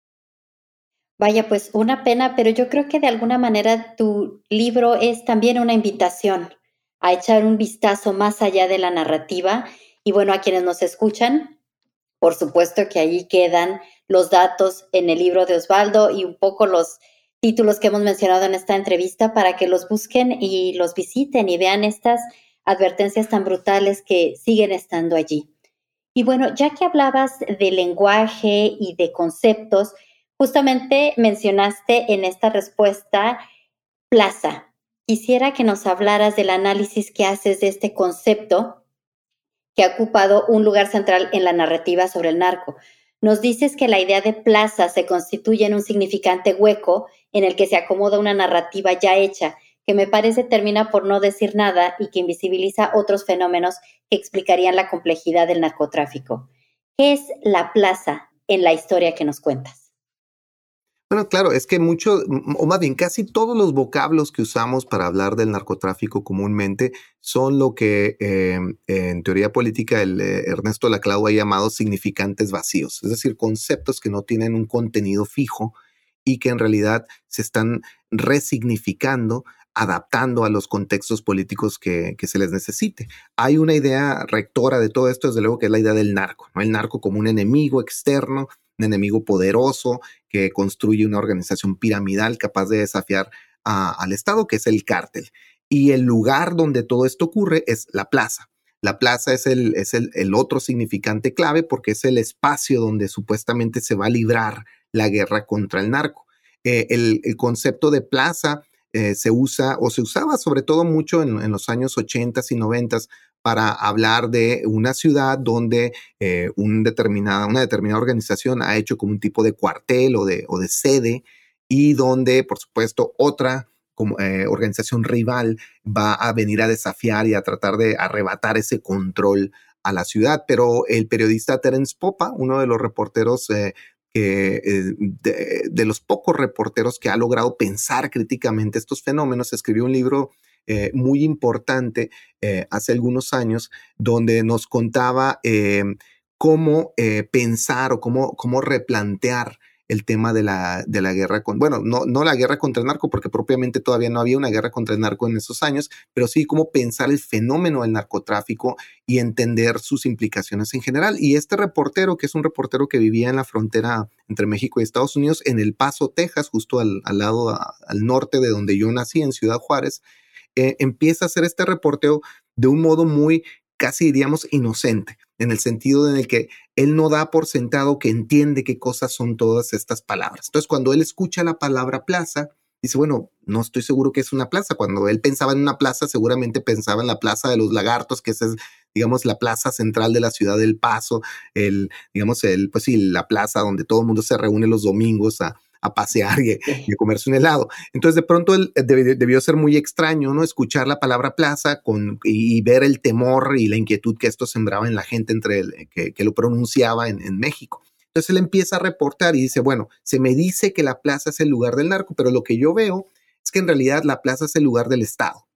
[SPEAKER 2] Vaya, pues una pena, pero yo creo que de alguna manera tu libro es también una invitación a echar un vistazo más allá de la narrativa. Y bueno, a quienes nos escuchan, por supuesto que ahí quedan los datos en el libro de Osvaldo y un poco los títulos que hemos mencionado en esta entrevista para que los busquen y los visiten y vean estas advertencias tan brutales que siguen estando allí. Y bueno, ya que hablabas de lenguaje y de conceptos, justamente mencionaste en esta respuesta plaza. Quisiera que nos hablaras del análisis que haces de este concepto que ha ocupado un lugar central en la narrativa sobre el narco. Nos dices que la idea de plaza se constituye en un significante hueco en el que se acomoda una narrativa ya hecha, que me parece termina por no decir nada y que invisibiliza otros fenómenos que explicarían la complejidad del narcotráfico. ¿Qué es la plaza en la historia que nos cuentas?
[SPEAKER 3] Bueno, claro, es que mucho, o más bien casi todos los vocablos que usamos para hablar del narcotráfico comúnmente son lo que en teoría política Ernesto Laclau ha llamado significantes vacíos, es decir, conceptos que no tienen un contenido fijo y que en realidad se están resignificando, adaptando a los contextos políticos que se les necesite. Hay una idea rectora de todo esto, desde luego, que es la idea del narco, ¿no? El narco como un enemigo externo, un enemigo poderoso que construye una organización piramidal capaz de desafiar al Estado, que es el cártel. Y el lugar donde todo esto ocurre es la plaza. La plaza es el otro significante clave porque es el espacio donde supuestamente se va a librar la guerra contra el narco. El concepto de plaza se usa o se usaba sobre todo mucho en los años 80 y 90 para hablar de una ciudad donde una determinada organización ha hecho como un tipo de cuartel o de sede y donde, por supuesto, otra organización rival va a venir a desafiar y a tratar de arrebatar ese control a la ciudad. Pero el periodista Terence Popa, uno de los reporteros de los pocos reporteros que ha logrado pensar críticamente estos fenómenos, escribió un libro muy importante hace algunos años, donde nos contaba cómo pensar o cómo replantear el tema de la guerra no la guerra contra el narco, porque propiamente todavía no había una guerra contra el narco en esos años, pero sí cómo pensar el fenómeno del narcotráfico y entender sus implicaciones en general. Y este reportero, que es un reportero que vivía en la frontera entre México y Estados Unidos, en El Paso, Texas, justo al lado, al norte de donde yo nací, en Ciudad Juárez, empieza a hacer este reporteo de un modo muy, casi diríamos, inocente, en el sentido en el que él no da por sentado que entiende qué cosas son todas estas palabras. Entonces, cuando él escucha la palabra plaza, dice, bueno, no estoy seguro que es una plaza. Cuando él pensaba en una plaza, seguramente pensaba en la Plaza de los Lagartos, que esa es, digamos, la plaza central de la ciudad del Paso, pues sí, la plaza donde todo el mundo se reúne los domingos a pasear y a comerse un helado. Entonces, de pronto él debió ser muy extraño, ¿no? Escuchar la palabra plaza y ver el temor y la inquietud que esto sembraba en la gente que lo pronunciaba en México. Entonces él empieza a reportar y dice, bueno, se me dice que la plaza es el lugar del narco, pero lo que yo veo es que en realidad la plaza es el lugar del Estado.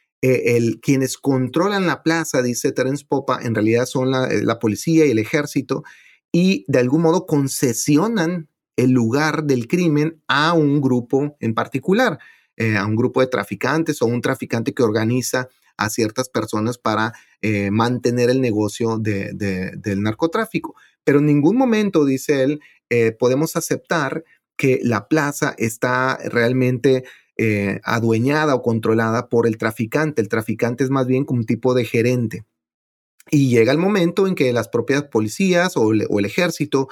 [SPEAKER 3] Quienes controlan la plaza, dice Terence Popa, en realidad son la policía y el ejército, y de algún modo concesionan el lugar del crimen a un grupo en particular, a un grupo de traficantes o un traficante que organiza a ciertas personas para mantener el negocio del narcotráfico. Pero en ningún momento, dice él, podemos aceptar que la plaza está realmente adueñada o controlada por el traficante. El traficante es más bien como un tipo de gerente. Y llega el momento en que las propias policías o el ejército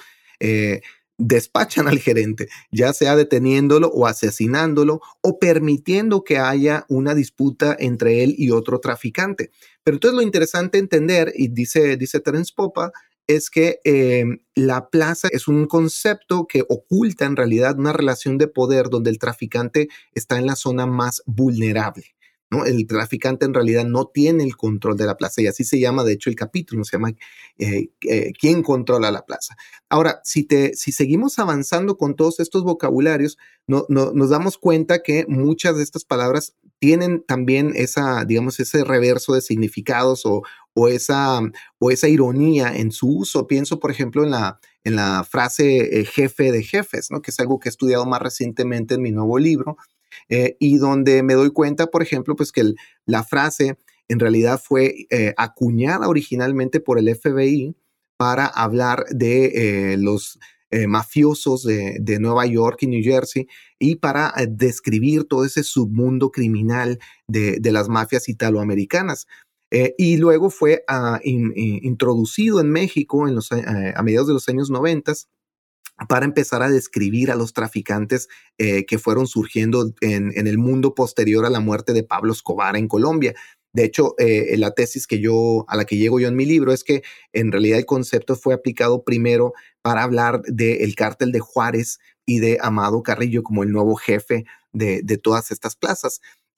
[SPEAKER 3] despachan al gerente, ya sea deteniéndolo o asesinándolo o permitiendo que haya una disputa entre él y otro traficante. Pero entonces lo interesante entender, y dice Terence Popa, es que la plaza es un concepto que oculta en realidad una relación de poder donde el traficante está en la zona más vulnerable, ¿no? El traficante en realidad no tiene el control de la plaza y así se llama, de hecho, el capítulo, se llama ¿Quién controla la plaza? Ahora, si seguimos avanzando con todos estos vocabularios, nos damos cuenta que muchas de estas palabras tienen también ese reverso de significados o esa ironía en su uso. Pienso, por ejemplo, en la frase jefe de jefes, ¿no? Que es algo que he estudiado más recientemente en mi nuevo libro, y donde me doy cuenta, por ejemplo, pues que la frase en realidad fue acuñada originalmente por el FBI para hablar de los mafiosos de Nueva York y New Jersey y para describir todo ese submundo criminal de las mafias italoamericanas. Y luego fue introducido en México a mediados de los años 90 para empezar a describir a los traficantes que fueron surgiendo en el mundo posterior a la muerte de Pablo Escobar en Colombia. De hecho, la tesis a la que llego yo en mi libro es que en realidad el concepto fue aplicado primero para hablar del cártel de Juárez y de Amado Carrillo como el nuevo jefe de todas estas plazas.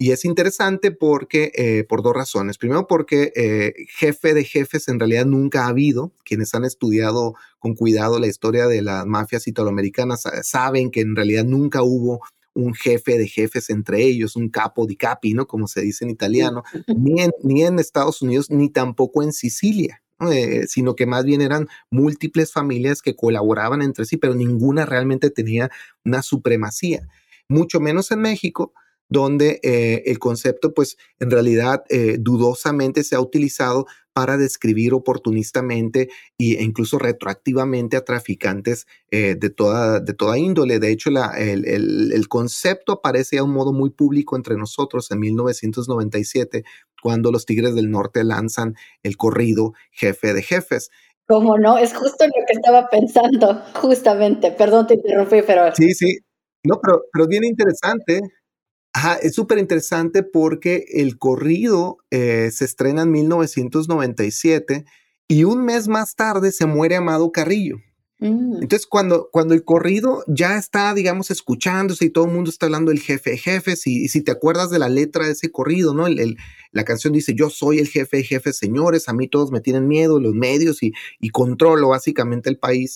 [SPEAKER 3] Y es interesante porque, por dos razones. Primero, porque jefe de jefes en realidad nunca ha habido. Quienes han estudiado con cuidado la historia de las mafias italoamericanas saben que en realidad nunca hubo un jefe de jefes entre ellos, un capo di capi, ¿no? Como se dice en italiano, ni en Estados Unidos, ni tampoco en Sicilia. Sino que más bien eran múltiples familias que colaboraban entre sí, pero ninguna realmente tenía una supremacía. Mucho menos en México, donde el concepto, pues, en realidad dudosamente se ha utilizado para describir oportunistamente e incluso retroactivamente a traficantes de toda índole. De hecho, el concepto aparece a un modo muy público entre nosotros en 1997, cuando los Tigres del Norte lanzan el corrido Jefe de Jefes.
[SPEAKER 2] ¿Cómo no? Es justo lo que estaba pensando, justamente. Perdón, te interrumpí, pero
[SPEAKER 3] Sí, sí. No, pero es bien interesante. Ajá, es súper interesante porque el corrido se estrena en 1997 y un mes más tarde se muere Amado Carrillo. Entonces, cuando el corrido ya está, digamos, escuchándose y todo el mundo está hablando del jefe de jefes, y si te acuerdas de la letra de ese corrido, ¿no? La canción dice: yo soy el jefe de jefes, señores, a mí todos me tienen miedo, los medios, y controlo básicamente el país.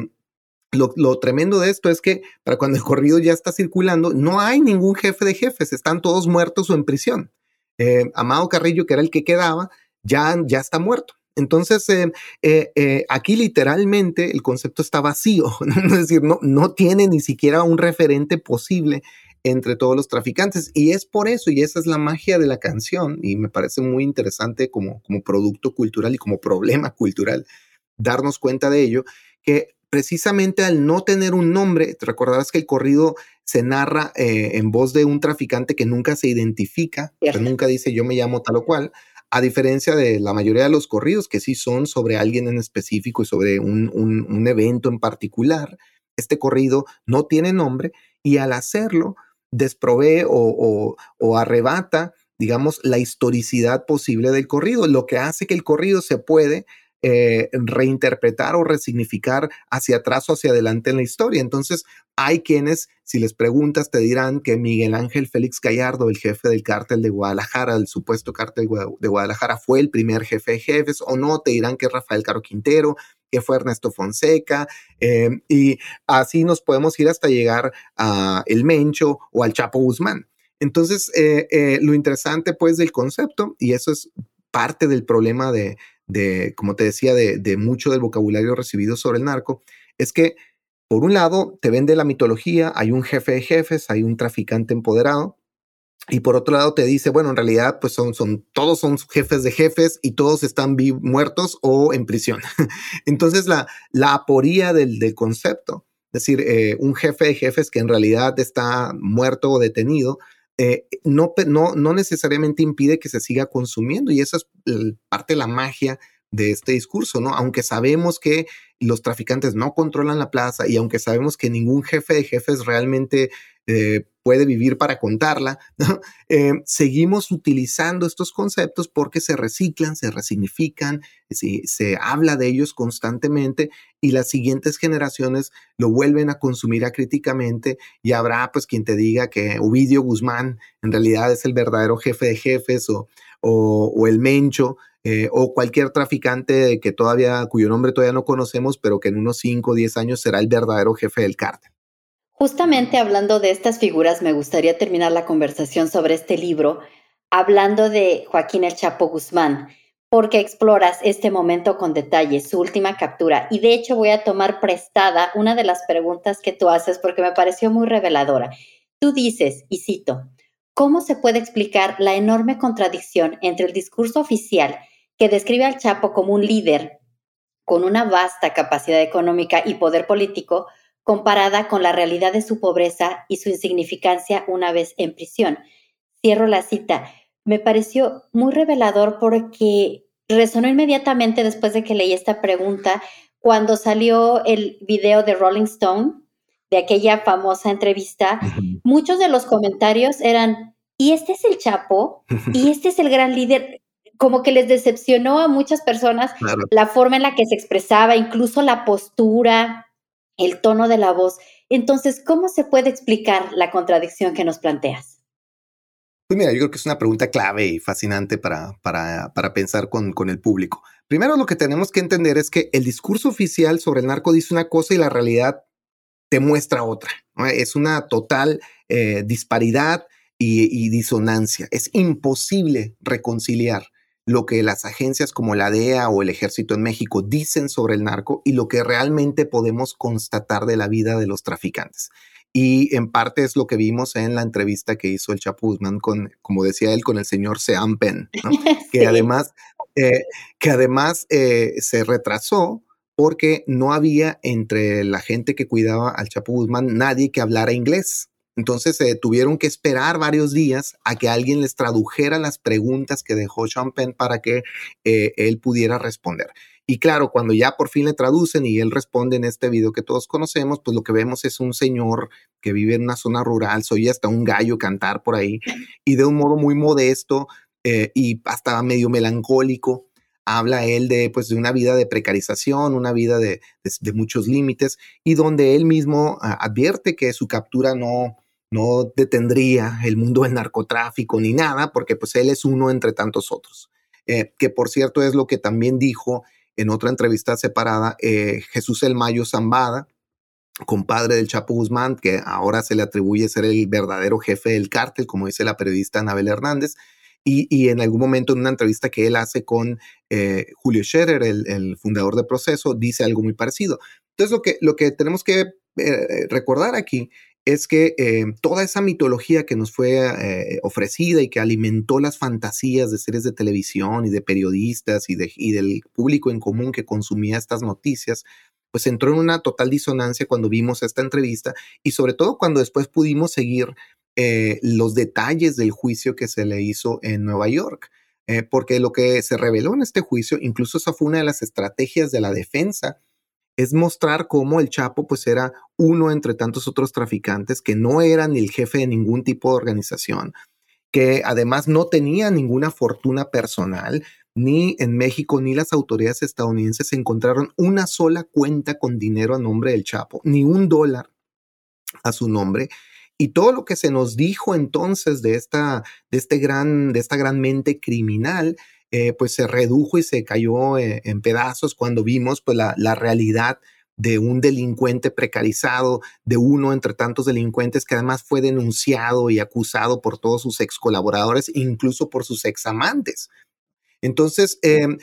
[SPEAKER 3] Lo tremendo de esto es que para cuando el corrido ya está circulando, no hay ningún jefe de jefes, están todos muertos o en prisión. Amado Carrillo, que era el que quedaba, ya está muerto. Entonces, aquí literalmente el concepto está vacío, ¿no? Es decir, no tiene ni siquiera un referente posible entre todos los traficantes. Y es por eso, y esa es la magia de la canción, y me parece muy interesante como producto cultural y como problema cultural, darnos cuenta de ello, que precisamente al no tener un nombre, te recordarás que el corrido se narra en voz de un traficante que nunca se identifica, o sea, nunca dice yo me llamo tal o cual, a diferencia de la mayoría de los corridos que sí son sobre alguien en específico y sobre un evento en particular. Este corrido no tiene nombre y al hacerlo desprovee o arrebata, digamos, la historicidad posible del corrido, lo que hace que el corrido se puede reinterpretar o resignificar hacia atrás o hacia adelante en la historia. Entonces, hay quienes, si les preguntas, te dirán que Miguel Ángel Félix Gallardo, el jefe del cártel de Guadalajara, el supuesto cártel de Guadalajara, fue el primer jefe de jefes, o no, te dirán que es Rafael Caro Quintero, que fue Ernesto Fonseca, y así nos podemos ir hasta llegar a El Mencho o al Chapo Guzmán. Entonces, lo interesante, pues, del concepto, y eso es parte del problema como te decía, de mucho del vocabulario recibido sobre el narco, es que, por un lado, te vende la mitología, hay un jefe de jefes, hay un traficante empoderado, y por otro lado te dice, bueno, en realidad, pues todos son jefes de jefes y todos están muertos o en prisión. Entonces, la aporía del concepto, es decir, un jefe de jefes que en realidad está muerto o detenido, no necesariamente impide que se siga consumiendo, y esa es parte de la magia de este discurso, ¿no? Aunque sabemos que los traficantes no controlan la plaza y aunque sabemos que ningún jefe de jefes realmente puede vivir para contarla, ¿no? Seguimos utilizando estos conceptos porque se reciclan, se resignifican, se habla de ellos constantemente y las siguientes generaciones lo vuelven a consumir acríticamente, y habrá pues quien te diga que Ovidio Guzmán en realidad es el verdadero jefe de jefes, o el Mencho, o cualquier traficante cuyo nombre todavía no conocemos, pero que en unos 5 o 10 años será el verdadero jefe del cártel.
[SPEAKER 2] Justamente hablando de estas figuras, me gustaría terminar la conversación sobre este libro hablando de Joaquín El Chapo Guzmán, porque exploras este momento con detalle, su última captura. Y de hecho voy a tomar prestada una de las preguntas que tú haces porque me pareció muy reveladora. Tú dices, y cito, ¿cómo se puede explicar la enorme contradicción entre el discurso oficial que describe al Chapo como un líder con una vasta capacidad económica y poder político, comparada con la realidad de su pobreza y su insignificancia una vez en prisión? Cierro la cita. Me pareció muy revelador porque resonó inmediatamente después de que leí esta pregunta cuando salió el video de Rolling Stone, de aquella famosa entrevista.
[SPEAKER 3] Ujú.
[SPEAKER 2] Muchos de los comentarios eran, ¿y este es el Chapo? ¿Y este es el gran líder? Como que les decepcionó a muchas personas
[SPEAKER 3] Claro.
[SPEAKER 2] la forma en la que se expresaba, incluso la postura, el tono de la voz. Entonces, ¿cómo se puede explicar la contradicción que nos planteas?
[SPEAKER 3] Pues mira, yo creo que es una pregunta clave y fascinante para pensar con el público. Primero, lo que tenemos que entender es que el discurso oficial sobre el narco dice una cosa y la realidad te muestra otra, ¿no? Es una total disparidad y disonancia. Es imposible reconciliar lo que las agencias como la DEA o el Ejército en México dicen sobre el narco y lo que realmente podemos constatar de la vida de los traficantes. Y en parte es lo que vimos en la entrevista que hizo el Chapo Guzmán con, como decía él, con el señor Sean Penn, ¿no? Que
[SPEAKER 2] Sí.
[SPEAKER 3] además, eh, se retrasó porque no había entre la gente que cuidaba al Chapo Guzmán nadie que hablara inglés. Entonces tuvieron que esperar varios días a que alguien les tradujera las preguntas que dejó Sean Penn para que él pudiera responder. Y claro, cuando ya por fin le traducen y él responde en este video que todos conocemos, pues lo que vemos es un señor que vive en una zona rural, se oye hasta un gallo cantar por ahí, y de un modo muy modesto y hasta medio melancólico, habla él de, pues, de una vida de precarización, una vida de muchos límites, y donde él mismo advierte que su captura no detendría el mundo del narcotráfico ni nada, porque pues él es uno entre tantos otros. Que por cierto es lo que también dijo en otra entrevista separada Jesús El Mayo Zambada, compadre del Chapo Guzmán, que ahora se le atribuye ser el verdadero jefe del cártel, como dice la periodista Anabel Hernández, y en algún momento en una entrevista que él hace con Julio Scherer, el fundador de Proceso, dice algo muy parecido. Entonces lo que tenemos que recordar aquí es que toda esa mitología que nos fue ofrecida y que alimentó las fantasías de series de televisión y de periodistas y del público en común que consumía estas noticias, pues entró en una total disonancia cuando vimos esta entrevista y sobre todo cuando después pudimos seguir los detalles del juicio que se le hizo en Nueva York. Porque lo que se reveló en este juicio, incluso esa fue una de las estrategias de la defensa, es mostrar cómo el Chapo pues era uno entre tantos otros traficantes que no era ni el jefe de ningún tipo de organización, que además no tenía ninguna fortuna personal, ni en México ni las autoridades estadounidenses encontraron una sola cuenta con dinero a nombre del Chapo, ni $1 a su nombre. Y todo lo que se nos dijo entonces de esta gran mente criminal, pues se redujo y se cayó en pedazos cuando vimos pues, la realidad de un delincuente precarizado, de uno entre tantos delincuentes que además fue denunciado y acusado por todos sus ex colaboradores, incluso por sus ex amantes. Entonces,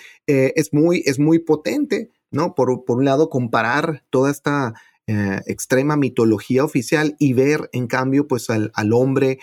[SPEAKER 3] es muy potente, ¿no? Por un lado, comparar toda esta extrema mitología oficial y ver, en cambio, pues al hombre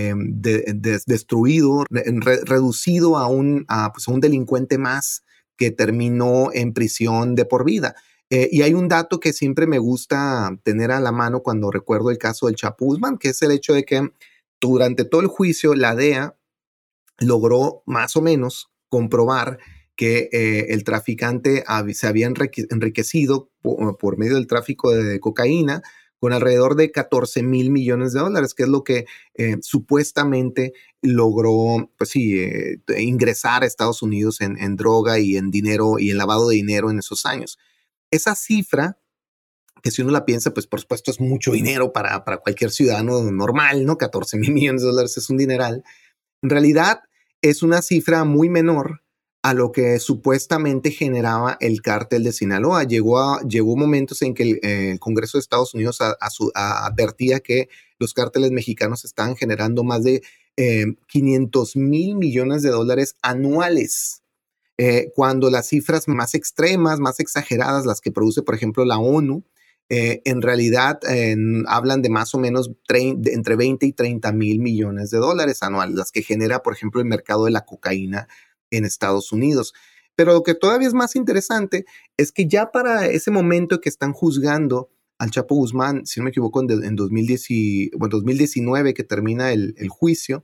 [SPEAKER 3] destruido, reducido pues, a un delincuente más que terminó en prisión de por vida. Y hay un dato que siempre me gusta tener a la mano cuando recuerdo el caso del Chapo Guzmán, que es el hecho de que durante todo el juicio la DEA logró más o menos comprobar que el traficante se había enriquecido por medio del tráfico de cocaína con alrededor de $14,000 millones, que es lo que supuestamente logró, pues sí, ingresar a Estados Unidos en droga y en dinero y en lavado de dinero en esos años. Esa cifra, que si uno la piensa, pues por supuesto es mucho dinero para cualquier ciudadano normal, ¿no? $14,000 millones es un dineral. En realidad es una cifra muy menor a lo que supuestamente generaba el cártel de Sinaloa. Llegó momentos en que el Congreso de Estados Unidos advertía que los cárteles mexicanos estaban generando más de $500,000 millones anuales. Cuando las cifras más extremas, más exageradas, las que produce, por ejemplo, la ONU, en realidad hablan de más o menos entre 20 y 30 mil millones de dólares anuales, las que genera, por ejemplo, el mercado de la cocaína en Estados Unidos. Pero lo que todavía es más interesante es que ya para ese momento que están juzgando al Chapo Guzmán, si no me equivoco, en 2019 que termina el juicio,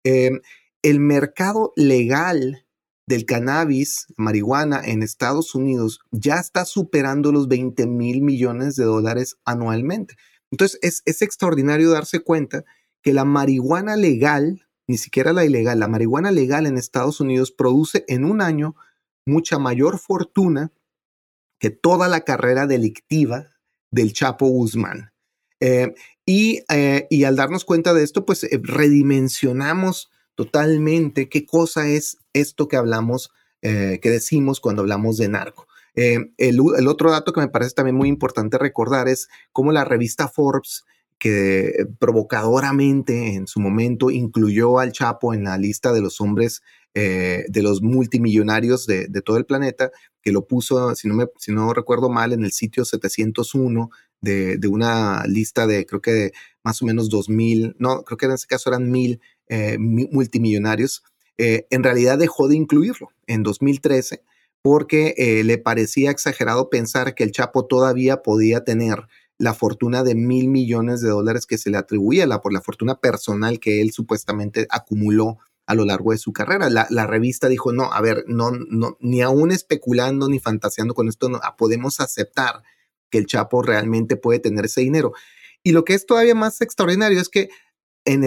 [SPEAKER 3] el mercado legal del cannabis, marihuana en Estados Unidos ya está superando los $20,000 millones anualmente. Entonces es extraordinario darse cuenta que la marihuana legal, ni siquiera la ilegal, la marihuana legal en Estados Unidos produce en un año mucha mayor fortuna que toda la carrera delictiva del Chapo Guzmán. Y al darnos cuenta de esto, pues redimensionamos totalmente qué cosa es esto que hablamos, que decimos cuando hablamos de narco. El otro dato que me parece también muy importante recordar es cómo la revista Forbes, que provocadoramente en su momento incluyó al Chapo en la lista de los hombres, de los multimillonarios de todo el planeta, que lo puso, si no recuerdo mal, en el sitio 701 de una lista de, creo que de más o menos 2000, no, creo que en ese caso eran 1000 multimillonarios. En realidad dejó de incluirlo en 2013 porque le parecía exagerado pensar que el Chapo todavía podía tener la fortuna de $1,000 millones que se le atribuía, por la fortuna personal que él supuestamente acumuló a lo largo de su carrera. La revista dijo, no, a ver, no, ni aún especulando ni fantaseando con esto, no, podemos aceptar que el Chapo realmente puede tener ese dinero. Y lo que es todavía más extraordinario es que en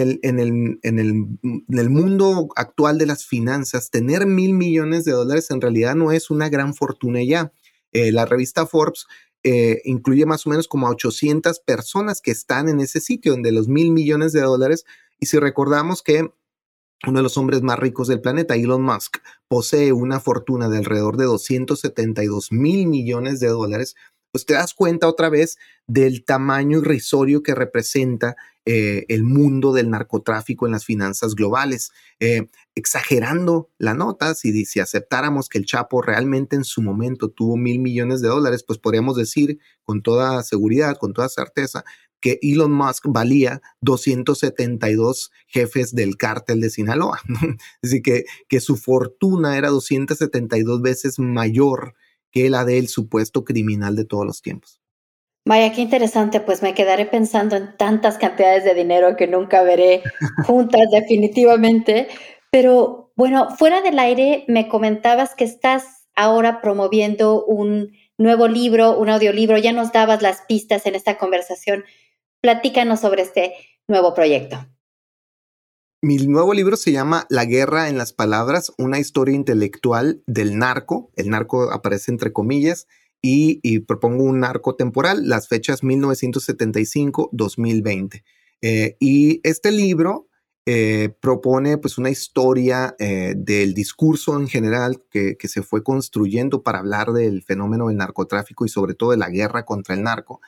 [SPEAKER 3] el mundo actual de las finanzas, tener $1,000 millones en realidad no es una gran fortuna ya. La revista Forbes incluye más o menos como a 800 personas que están en ese sitio de los $1,000 millones. Y si recordamos que uno de los hombres más ricos del planeta, Elon Musk, posee una fortuna de alrededor de $272,000 millones, pues te das cuenta otra vez del tamaño irrisorio que representa el mundo del narcotráfico en las finanzas globales. Exagerando la nota, si aceptáramos que el Chapo realmente en su momento tuvo $1,000 millones, pues podríamos decir con toda seguridad, con toda certeza, que Elon Musk valía 272 jefes del cártel de Sinaloa, ¿no? Así que su fortuna era 272 veces mayor que la del supuesto criminal de todos los tiempos.
[SPEAKER 2] Vaya, qué interesante, pues me quedaré pensando en tantas cantidades de dinero que nunca veré juntas definitivamente. Pero bueno, fuera del aire me comentabas que estás ahora promoviendo un nuevo libro, un audiolibro, ya nos dabas las pistas en esta conversación. Platícanos sobre este nuevo proyecto.
[SPEAKER 3] Mi nuevo libro se llama La guerra en las palabras, una historia intelectual del narco. El narco aparece entre comillas y propongo un narco temporal, las fechas 1975-2020. Y este libro propone pues una historia del discurso en general que se fue construyendo para hablar del fenómeno del narcotráfico y sobre todo de la guerra contra el narco.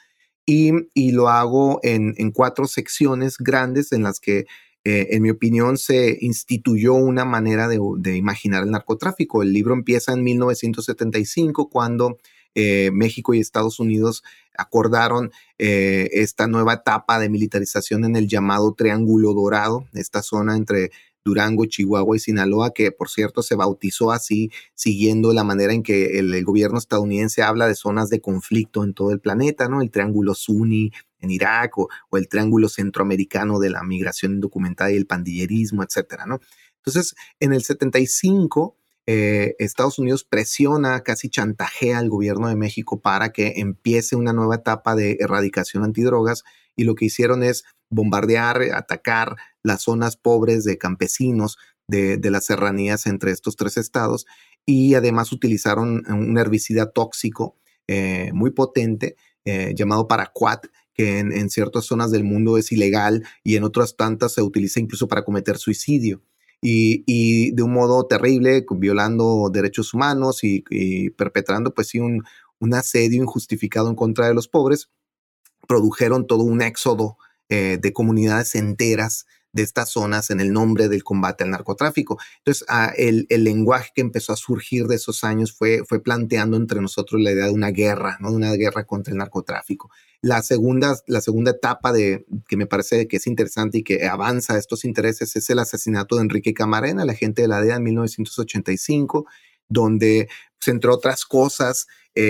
[SPEAKER 3] Y lo hago en 4 secciones grandes en las que en mi opinión, se instituyó una manera de imaginar el narcotráfico. El libro empieza en 1975, cuando México y Estados Unidos acordaron esta nueva etapa de militarización en el llamado Triángulo Dorado, esta zona entre Durango, Chihuahua y Sinaloa, que por cierto se bautizó así, siguiendo la manera en que el gobierno estadounidense habla de zonas de conflicto en todo el planeta, ¿no? El Triángulo Sunni en Irak o el triángulo centroamericano de la migración indocumentada y el pandillerismo, etcétera, ¿no? Entonces, en el 75, Estados Unidos presiona, casi chantajea al gobierno de México para que empiece una nueva etapa de erradicación antidrogas, y lo que hicieron es bombardear, atacar las zonas pobres de campesinos de las serranías entre estos 3 estados, y además utilizaron un herbicida tóxico muy potente llamado Paraquat, que en ciertas zonas del mundo es ilegal y en otras tantas se utiliza incluso para cometer suicidio. Y de un modo terrible, violando derechos humanos y perpetrando pues sí un asedio injustificado en contra de los pobres, produjeron todo un éxodo de comunidades enteras de estas zonas en el nombre del combate al narcotráfico. Entonces, el lenguaje que empezó a surgir de esos años fue planteando entre nosotros la idea de una guerra, ¿no? De una guerra contra el narcotráfico. La segunda etapa que me parece que es interesante y que avanza estos intereses es el asesinato de Enrique Camarena, el agente de la DEA en 1985, donde, pues, entre otras cosas,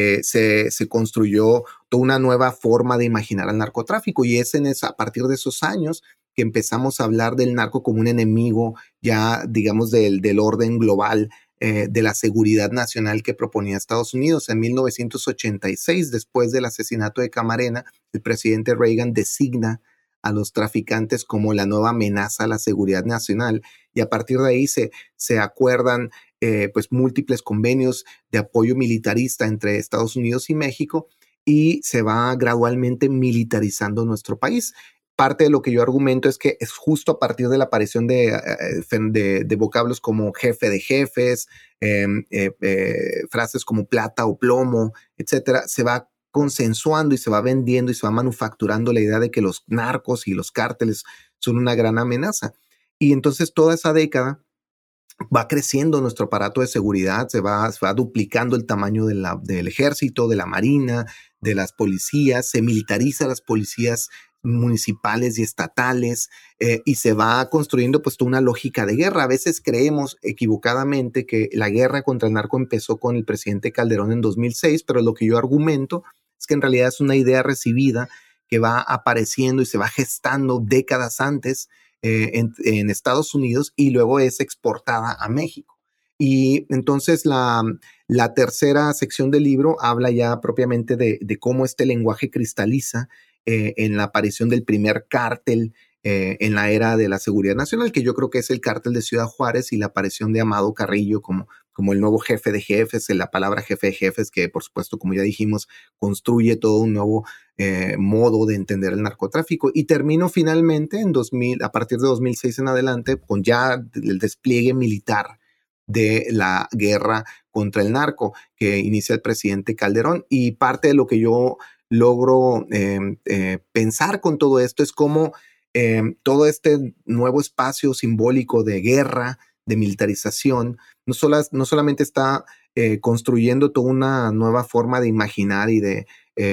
[SPEAKER 3] se construyó toda una nueva forma de imaginar al narcotráfico, y es a partir de esos años que empezamos a hablar del narco como un enemigo ya, digamos, del orden global, de la seguridad nacional que proponía Estados Unidos. En 1986, después del asesinato de Camarena, el presidente Reagan designa a los traficantes como la nueva amenaza a la seguridad nacional, y a partir de ahí se acuerdan pues múltiples convenios de apoyo militarista entre Estados Unidos y México, y se va gradualmente militarizando nuestro país. parte de lo que yo argumento es que es justo a partir de la aparición de vocablos como jefe de jefes, frases como plata o plomo, etcétera, se va consensuando y se va vendiendo y se va manufacturando la idea de que los narcos y los cárteles son una gran amenaza. Y entonces toda esa década va creciendo nuestro aparato de seguridad, se va duplicando el tamaño del ejército, de la marina, de las policías, se militariza las policías municipales y estatales, y se va construyendo pues toda una lógica de guerra. A veces creemos equivocadamente que la guerra contra el narco empezó con el presidente Calderón en 2006, pero lo que yo argumento es que en realidad es una idea recibida que va apareciendo y se va gestando décadas antes en Estados Unidos y luego es exportada a México. Y entonces la tercera sección del libro habla ya propiamente de cómo este lenguaje cristaliza en la aparición del primer cártel en la era de la seguridad nacional, que yo creo que es el cártel de Ciudad Juárez, y la aparición de Amado Carrillo como el nuevo jefe de jefes, la palabra jefe de jefes, que por supuesto, como ya dijimos, construye todo un nuevo modo de entender el narcotráfico. Y termino finalmente en 2000, a partir de 2006 en adelante, con ya el despliegue militar de la guerra contra el narco que inicia el presidente Calderón. Y parte de lo que yo logro pensar con todo esto es cómo todo este nuevo espacio simbólico de guerra, de militarización, no solamente está construyendo toda una nueva forma de imaginar y de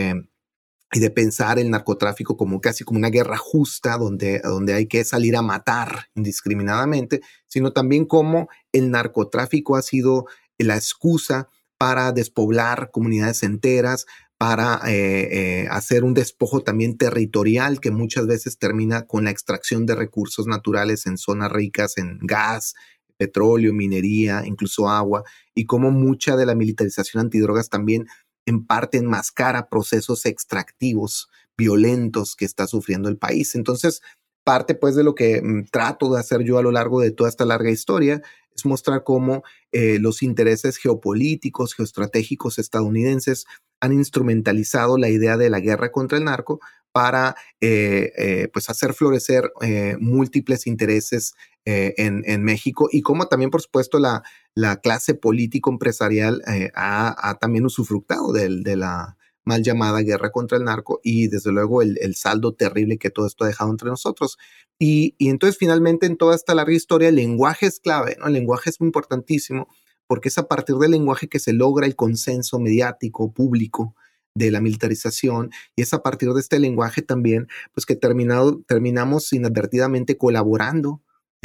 [SPEAKER 3] pensar el narcotráfico como casi como una guerra justa donde hay que salir a matar indiscriminadamente, sino también como el narcotráfico ha sido la excusa para despoblar comunidades enteras, para hacer un despojo también territorial que muchas veces termina con la extracción de recursos naturales en zonas ricas en gas, petróleo, minería, incluso agua, y como mucha de la militarización antidrogas también en parte enmascara procesos extractivos violentos que está sufriendo el país. Entonces, parte pues de lo que trato de hacer yo a lo largo de toda esta larga historia es mostrar cómo los intereses geopolíticos, geoestratégicos estadounidenses han instrumentalizado la idea de la guerra contra el narco para pues hacer florecer múltiples intereses en México, y cómo también, por supuesto, la clase político-empresarial ha también usufructado de la mal llamada guerra contra el narco, y desde luego el saldo terrible que todo esto ha dejado entre nosotros. Y entonces finalmente en toda esta larga historia el lenguaje es clave, ¿no? El lenguaje es muy importantísimo porque es a partir del lenguaje que se logra el consenso mediático, público, de la militarización, y es a partir de este lenguaje también pues que terminamos inadvertidamente colaborando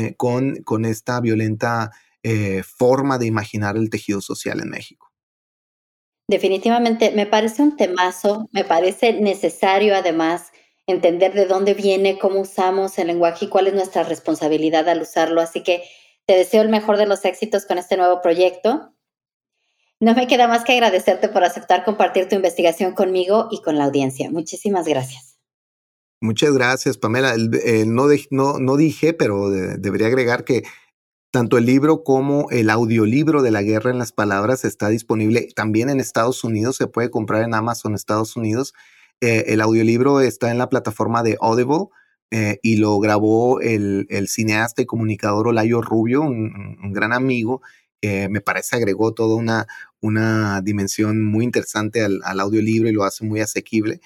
[SPEAKER 3] con esta violenta forma de imaginar el tejido social en México.
[SPEAKER 2] Definitivamente, me parece un temazo, me parece necesario además entender de dónde viene, cómo usamos el lenguaje y cuál es nuestra responsabilidad al usarlo. Así que te deseo el mejor de los éxitos con este nuevo proyecto. No me queda más que agradecerte por aceptar compartir tu investigación conmigo y con la audiencia. Muchísimas gracias.
[SPEAKER 3] Muchas gracias, Pamela. No dije, pero debería agregar que tanto el libro como el audiolibro de La guerra en las palabras está disponible también en Estados Unidos. Se puede comprar en Amazon Estados Unidos. El audiolibro está en la plataforma de Audible y lo grabó el cineasta y comunicador Olayo Rubio, un gran amigo, que me parece agregó toda una dimensión muy interesante al audiolibro y lo hace muy asequible.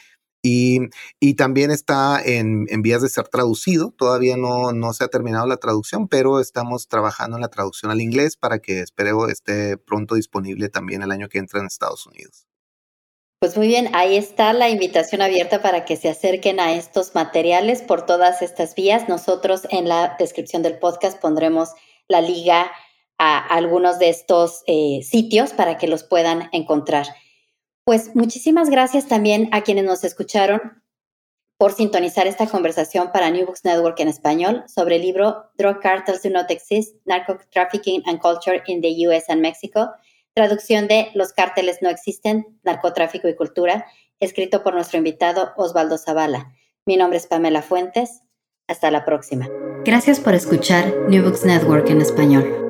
[SPEAKER 3] Y también está en vías de ser traducido. Todavía no se ha terminado la traducción, pero estamos trabajando en la traducción al inglés para que espero esté pronto disponible también el año que entra en Estados Unidos.
[SPEAKER 2] Pues muy bien, ahí está la invitación abierta para que se acerquen a estos materiales por todas estas vías. Nosotros en la descripción del podcast pondremos la liga a algunos de estos sitios para que los puedan encontrar. Pues muchísimas gracias también a quienes nos escucharon por sintonizar esta conversación para New Books Network en español sobre el libro Drug Cartels Do Not Exist, Narco-Trafficking and Culture in the U.S. and Mexico, traducción de Los cárteles no existen, narcotráfico y cultura, escrito por nuestro invitado Osvaldo Zavala. Mi nombre es Pamela Fuentes. Hasta la próxima.
[SPEAKER 1] Gracias por escuchar New Books Network en español.